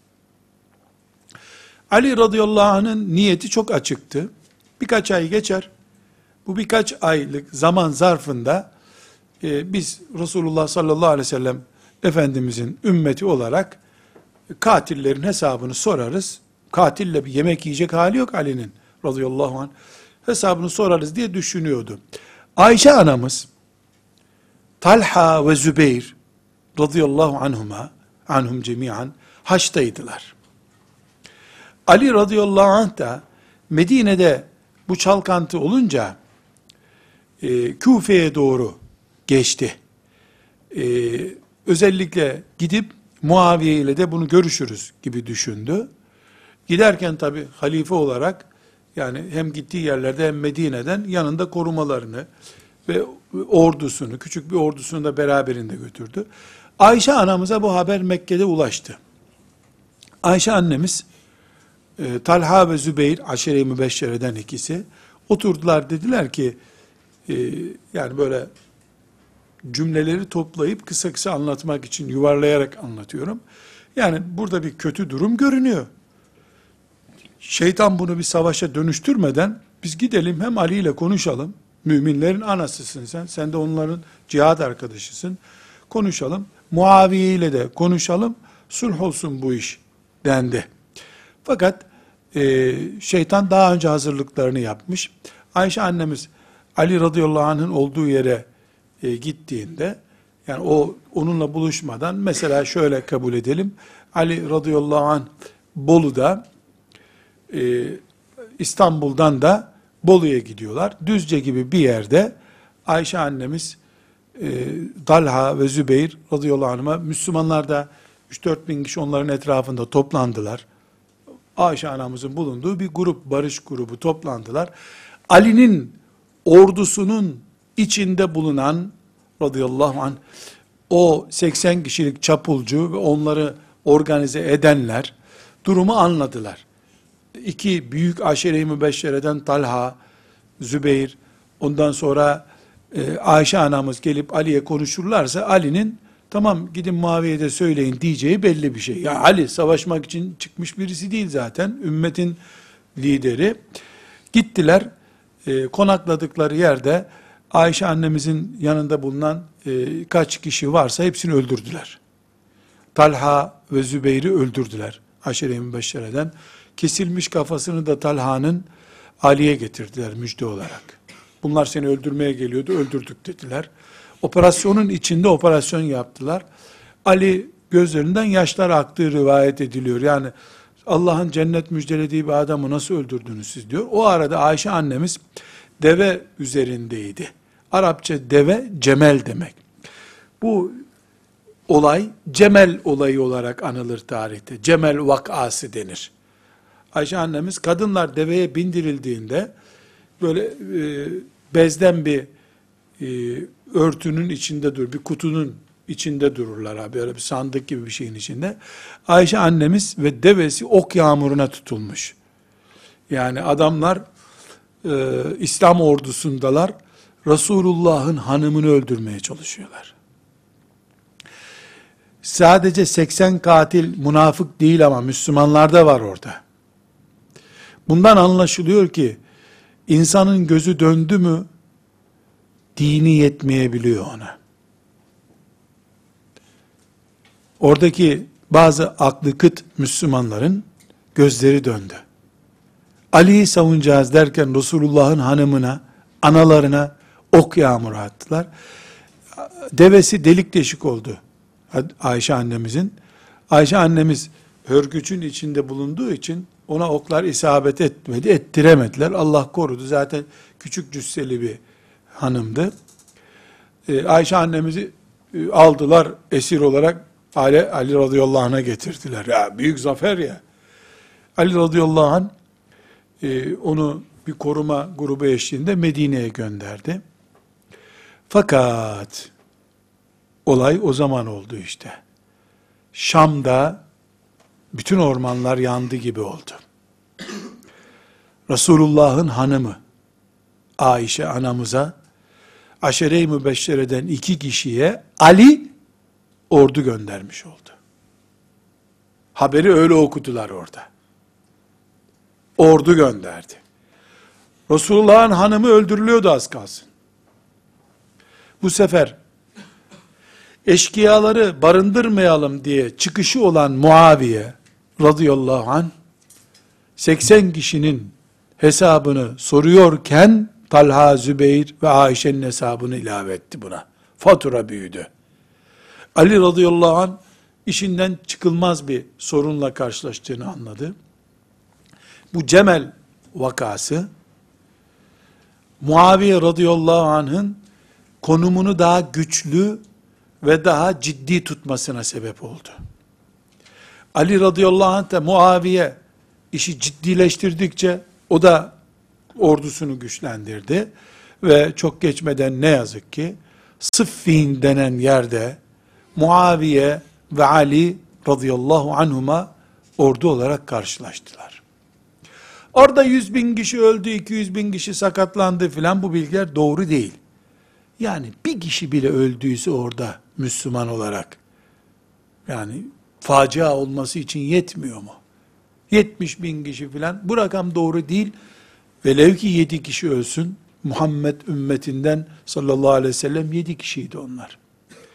Ali radıyallahu anh'ın niyeti çok açıktı. Birkaç ay geçer. Bu birkaç aylık zaman zarfında e, biz Resulullah sallallahu aleyhi ve sellem Efendimizin ümmeti olarak katillerin hesabını sorarız. Katille bir yemek yiyecek hali yok Ali'nin radıyallahu anh. Hesabını sorarız diye düşünüyordu. Ayşe anamız, Talha ve Zübeyir radıyallahu anhuma, anhum cemiyan, haçtaydılar. Ali radıyallahu anh da Medine'de bu çalkantı olunca e, Küfe'ye doğru geçti. E, özellikle gidip Muaviye ile de bunu görüşürüz gibi düşündü. Giderken tabi halife olarak, yani hem gittiği yerlerde hem Medine'den yanında korumalarını ve ordusunu, küçük bir ordusunu da beraberinde götürdü. Ayşe anamıza bu haber Mekke'de ulaştı. Ayşe annemiz, e, Talha ve Zübeyir, aşere-i mübeşşereden ikisi, oturdular, dediler ki, e, yani böyle cümleleri toplayıp kısa kısa anlatmak için yuvarlayarak anlatıyorum. Yani burada bir kötü durum görünüyor. Şeytan bunu bir savaşa dönüştürmeden biz gidelim hem Ali ile konuşalım. Müminlerin anasısın sen. Sen de onların cihat arkadaşısın. Konuşalım. Muaviye ile de konuşalım, sulh olsun bu iş dendi. Fakat e, şeytan daha önce hazırlıklarını yapmış. Ayşe annemiz Ali radıyallahu anh'ın olduğu yere e, gittiğinde, yani o onunla buluşmadan, mesela şöyle kabul edelim, Ali radıyallahu anh Bolu'da, e, İstanbul'dan da Bolu'ya gidiyorlar. Düzce gibi bir yerde Ayşe annemiz e, Talha ve Zübeyir radıyallahu anh'a, Müslümanlar da üç dört bin kişi onların etrafında toplandılar. Ayşe anamızın bulunduğu bir grup, barış grubu toplandılar. Ali'nin ordusunun içinde bulunan radıyallahu anh, o seksen kişilik çapulcu ve onları organize edenler durumu anladılar. İki büyük aşire-i mübeşşereden Talha, Zübeyir, ondan sonra e, Ayşe anamız gelip Ali'ye konuşurlarsa, Ali'nin tamam gidin Muaviye'ye de söyleyin diyeceği belli bir şey. Ya Ali savaşmak için çıkmış birisi değil zaten, ümmetin lideri. Gittiler, e, konakladıkları yerde Ayşe annemizin yanında bulunan e, kaç kişi varsa hepsini öldürdüler. Talha ve Zübeyir'i öldürdüler. Aşire-i mübeşşereden. Kesilmiş kafasını da Talha'nın Ali'ye getirdiler müjde olarak. Bunlar seni öldürmeye geliyordu, öldürdük dediler. Operasyonun içinde operasyon yaptılar. Ali gözlerinden yaşlar aktığı rivayet ediliyor. Yani Allah'ın cennet müjdelediği bir adamı nasıl öldürdünüz siz diyor. O arada Ayşe annemiz deve üzerindeydi. Arapça deve cemel demek. Bu olay Cemel olayı olarak anılır tarihte. Cemel vakası denir. Ayşe annemiz, kadınlar deveye bindirildiğinde böyle e, bezden bir e, örtünün içinde dur, bir kutunun içinde dururlar abi, böyle bir sandık gibi bir şeyin içinde. Ayşe annemiz ve devesi ok yağmuruna tutulmuş. Yani adamlar e, İslam ordusundalar, Resulullah'ın hanımını öldürmeye çalışıyorlar. Sadece seksen katil münafık değil ama Müslümanlar da var orada. Bundan anlaşılıyor ki insanın gözü döndü mü dini yetmeyebiliyor ona. Oradaki bazı aklı kıt Müslümanların gözleri döndü. Ali'yi savunacağız derken Resulullah'ın hanımına, analarına ok yağmuru attılar. Devesi delik deşik oldu Ayşe annemizin. Ayşe annemiz hörgücün içinde bulunduğu için ona oklar isabet etmedi, ettiremediler. Allah korudu. Zaten küçük cüsseli bir hanımdı. Ee, Ayşe annemizi e, aldılar esir olarak Ali, Ali radıyallahu anh'a getirdiler. Ya büyük zafer ya. Ali radıyallahu anh e, onu bir koruma grubu eşliğinde Medine'ye gönderdi. Fakat olay o zaman oldu işte. Şam'da bütün ormanlar yandı gibi oldu. Resulullah'ın hanımı Ayşe anamıza, aşere-i mübeşşereden iki kişiye Ali ordu göndermiş oldu. Haberi öyle okudular orada. Ordu gönderdi. Resulullah'ın hanımı öldürülüyordu az kalsın. Bu sefer eşkıyaları barındırmayalım diye çıkışı olan Muaviye radıyallahu anh seksen kişinin hesabını soruyorken Talha, Zübeyir ve Ayşe'nin hesabını ilave etti buna. Fatura büyüdü. Ali radıyallahu anh işinden çıkılmaz bir sorunla karşılaştığını anladı. Bu Cemel vakası Muaviye radıyallahu anh'ın konumunu daha güçlü ve daha ciddi tutmasına sebep oldu. Ali radıyallahu anh da Muaviye işi ciddileştirdikçe o da ordusunu güçlendirdi ve çok geçmeden ne yazık ki Sıffin denen yerde Muaviye ve Ali radıyallahu anhuma ordu olarak karşılaştılar. Orada yüz bin kişi öldü, iki yüz bin kişi sakatlandı filan, bu bilgiler doğru değil. Yani bir kişi bile öldüyse orada Müslüman olarak, yani facia olması için yetmiyor mu? yetmiş bin kişi filan, bu rakam doğru değil. Velev ki yedi kişi ölsün, Muhammed ümmetinden sallallahu aleyhi ve sellem yedi kişiydi onlar.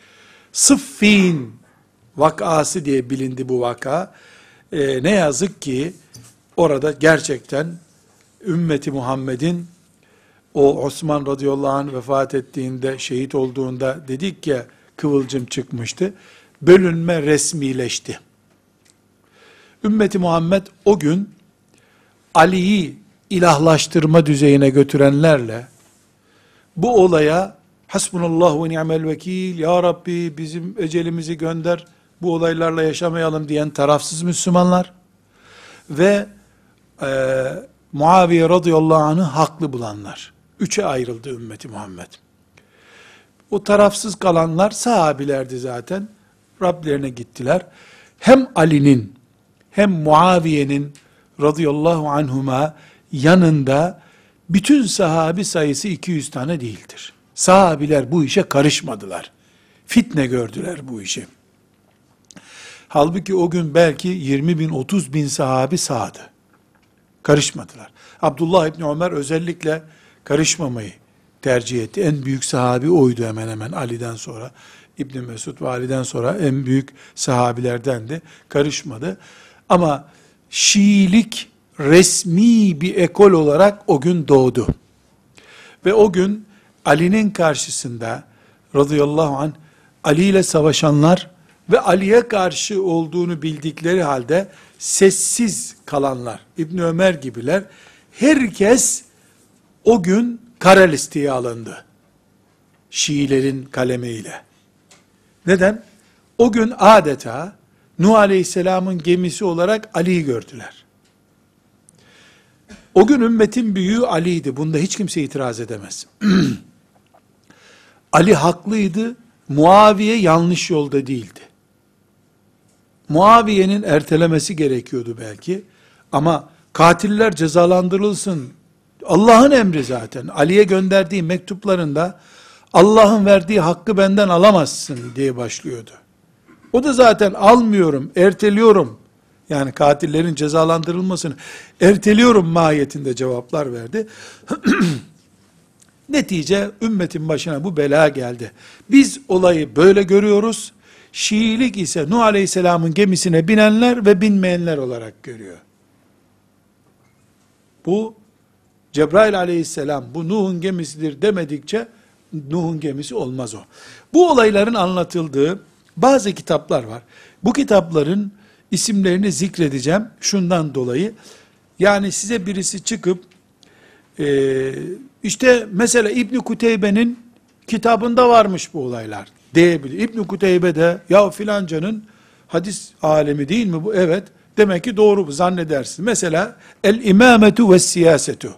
Sıffin vakası diye bilindi bu vaka. Ee, ne yazık ki orada gerçekten ümmeti Muhammed'in o Osman radıyallahu anh vefat ettiğinde, şehit olduğunda dedik ya kıvılcım çıkmıştı. Bölünme resmileşti. Ümmeti Muhammed o gün Ali'yi ilahlaştırma düzeyine götürenlerle bu olaya hasbunallah ve ni'mel vekil, ya Rabbi bizim ecelimizi gönder, bu olaylarla yaşamayalım diyen tarafsız Müslümanlar ve e, Muaviye radıyallahu anh'ı haklı bulanlar. Üçe ayrıldı ümmeti Muhammed. O tarafsız kalanlar sahabilerdi zaten. Rablerine gittiler. Hem Ali'nin hem Muaviye'nin radıyallahu anhuma yanında bütün sahabi sayısı iki yüz tane değildir. Sahabiler bu işe karışmadılar. Fitne gördüler bu işi. Halbuki o gün belki yirmi bin, otuz bin sahabi sağdı. Karışmadılar. Abdullah İbni Ömer özellikle karışmamayı tercih etti. En büyük sahabi oydu hemen hemen Ali'den sonra. İbni Mesud ve Ali'den sonra en büyük sahabilerdendi. Karışmadı. Ama Şiilik resmi bir ekol olarak o gün doğdu. Ve o gün Ali'nin karşısında radıyallahu anh Ali ile savaşanlar ve Ali'ye karşı olduğunu bildikleri halde sessiz kalanlar, İbni Ömer gibiler, herkes o gün kara listeye alındı. Şiilerin kalemiyle. Neden? O gün adeta Nuh Aleyhisselam'ın gemisi olarak Ali'yi gördüler. O gün ümmetin büyüğü Ali'ydi. Bunda hiç kimse itiraz edemez. Ali haklıydı. Muaviye yanlış yolda değildi. Muaviye'nin ertelemesi gerekiyordu belki. Ama katiller cezalandırılsın. Allah'ın emri zaten. Ali'ye gönderdiği mektuplarında Allah'ın verdiği hakkı benden alamazsın diye başlıyordu. O da zaten almıyorum, erteliyorum. Yani katillerin cezalandırılmasını erteliyorum mahiyetinde cevaplar verdi. Netice ümmetin başına bu bela geldi. Biz olayı böyle görüyoruz. Şiilik ise Nuh Aleyhisselam'ın gemisine binenler ve binmeyenler olarak görüyor. Bu Cebrail Aleyhisselam bu Nuh'un gemisidir demedikçe Nuh'un gemisi olmaz o. Bu olayların anlatıldığı bazı kitaplar var. Bu kitapların isimlerini zikredeceğim şundan dolayı. Yani size birisi çıkıp e, işte mesela İbn Kuteybe'nin kitabında varmış bu olaylar diyebilir. İbn Kuteybe de ya filancanın hadis alemi değil mi bu? Evet. Demek ki doğru bu zannedersin. Mesela El İmametu ve Siyasetu.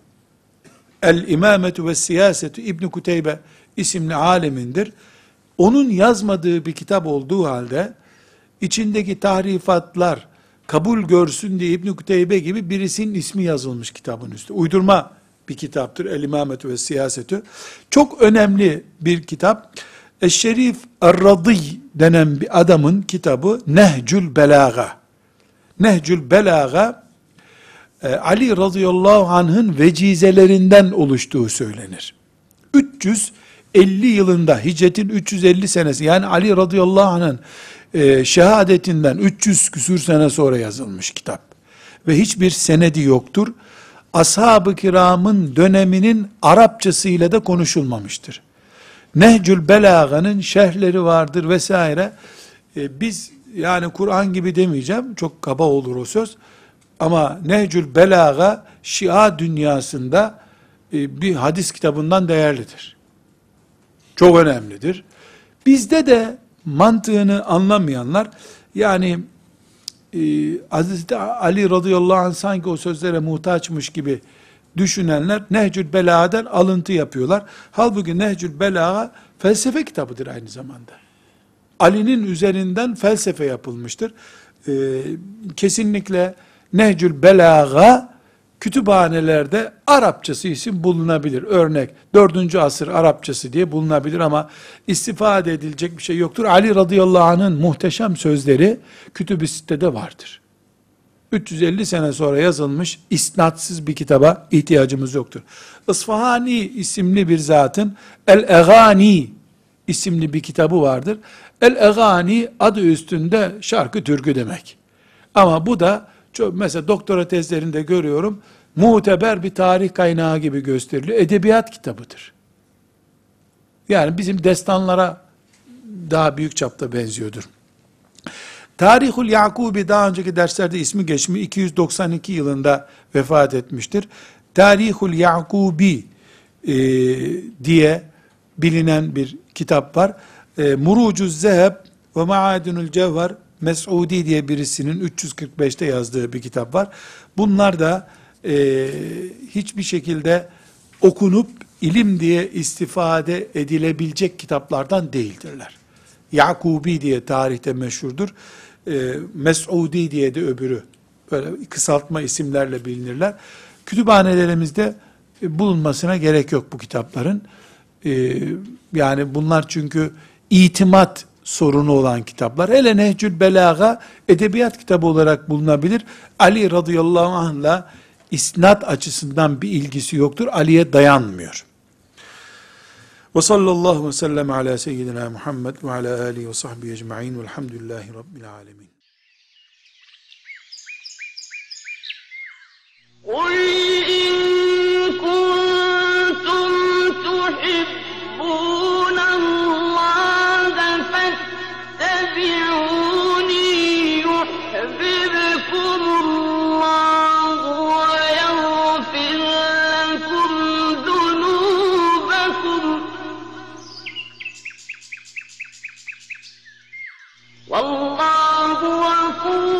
El İmametu ve Siyasetu İbn Kuteybe isimli alemindir. Onun yazmadığı bir kitap olduğu halde içindeki tahrifatlar kabul görsün diye İbn Kuteybe gibi birisinin ismi yazılmış kitabın üstü. Uydurma bir kitaptır El İmametü ve Siyasetü. Çok önemli bir kitap. Eşşerif Er-Radi denen bir adamın kitabı Nehcül Belaga. Nehcül Belaga Ali radıyallahu anh'ın vecizelerinden oluştuğu söylenir. üç yüz elli yılında hicretin üç yüz elli senesi yani Ali radıyallahu anh'ın e, şehadetinden üç yüz küsür sene sonra yazılmış kitap. Ve hiçbir senedi yoktur. Ashab-ı kiramın döneminin Arapçasıyla da konuşulmamıştır. Nehcül Belaga'nın şerhleri vardır vesaire. E, biz yani Kur'an gibi demeyeceğim. Çok kaba olur o söz. Ama Nehcül Belaga Şia dünyasında e, bir hadis kitabından değerlidir. Çok önemlidir. Bizde de mantığını anlamayanlar yani e, Hazreti Ali radıyallahu anh sanki o sözlere muhtaçmış gibi düşünenler Nehcül Belaga'dan alıntı yapıyorlar. Halbuki Nehcül Belaga felsefe kitabıdır aynı zamanda. Ali'nin üzerinden felsefe yapılmıştır. E, kesinlikle Nehcül Belaga kütüphanelerde Arapçası isim bulunabilir. Örnek dördüncü asır Arapçası diye bulunabilir ama istifade edilecek bir şey yoktur. Ali radıyallahu anh'ın muhteşem sözleri Kütüb-i Sitte'de vardır. üç yüz elli sene sonra yazılmış isnatsız bir kitaba ihtiyacımız yoktur. Isfahani isimli bir zatın El-Egani isimli bir kitabı vardır. El-Egani adı üstünde şarkı türkü demek. Ama bu da çok, mesela doktora tezlerinde görüyorum, muteber bir tarih kaynağı gibi gösteriliyor. Edebiyat kitabıdır. Yani bizim destanlara daha büyük çapta benziyordur. Tarihul Yakubi daha önceki derslerde ismi geçmiş, iki yüz doksan iki yılında vefat etmiştir. Tarihul Yakubi e, diye bilinen bir kitap var. E, Murucuz Zeheb ve Maadinul Cevher Mes'udi diye birisinin üç yüz kırk beşte yazdığı bir kitap var. Bunlar da e, hiçbir şekilde okunup ilim diye istifade edilebilecek kitaplardan değildirler. Yakubi diye tarihte meşhurdur. E, Mes'udi diye de öbürü. Böyle kısaltma isimlerle bilinirler. Kütüphanelerimizde e, bulunmasına gerek yok bu kitapların. E, yani bunlar çünkü itimat sorunu olan kitaplar. Hele Nehcül Belaga edebiyat kitabı olarak bulunabilir. Ali radıyallahu anh'la isnat açısından bir ilgisi yoktur. Ali'ye dayanmıyor. Ve sallallahu ve sellem ala seyyidina Muhammed ve ala alihi ve sahbihi ecma'in velhamdülillahi rabbil alemin. قُلْ إِن كُنتُمْ تُحِبُّونَ اللَّهَ فَاتَّبِعُونِي يُحْبِبْكُمُ اللَّهُ وَيَغْفِرْ لَكُمْ ذُنُوبَكُمْ وَاللَّهُ غَفُورٌ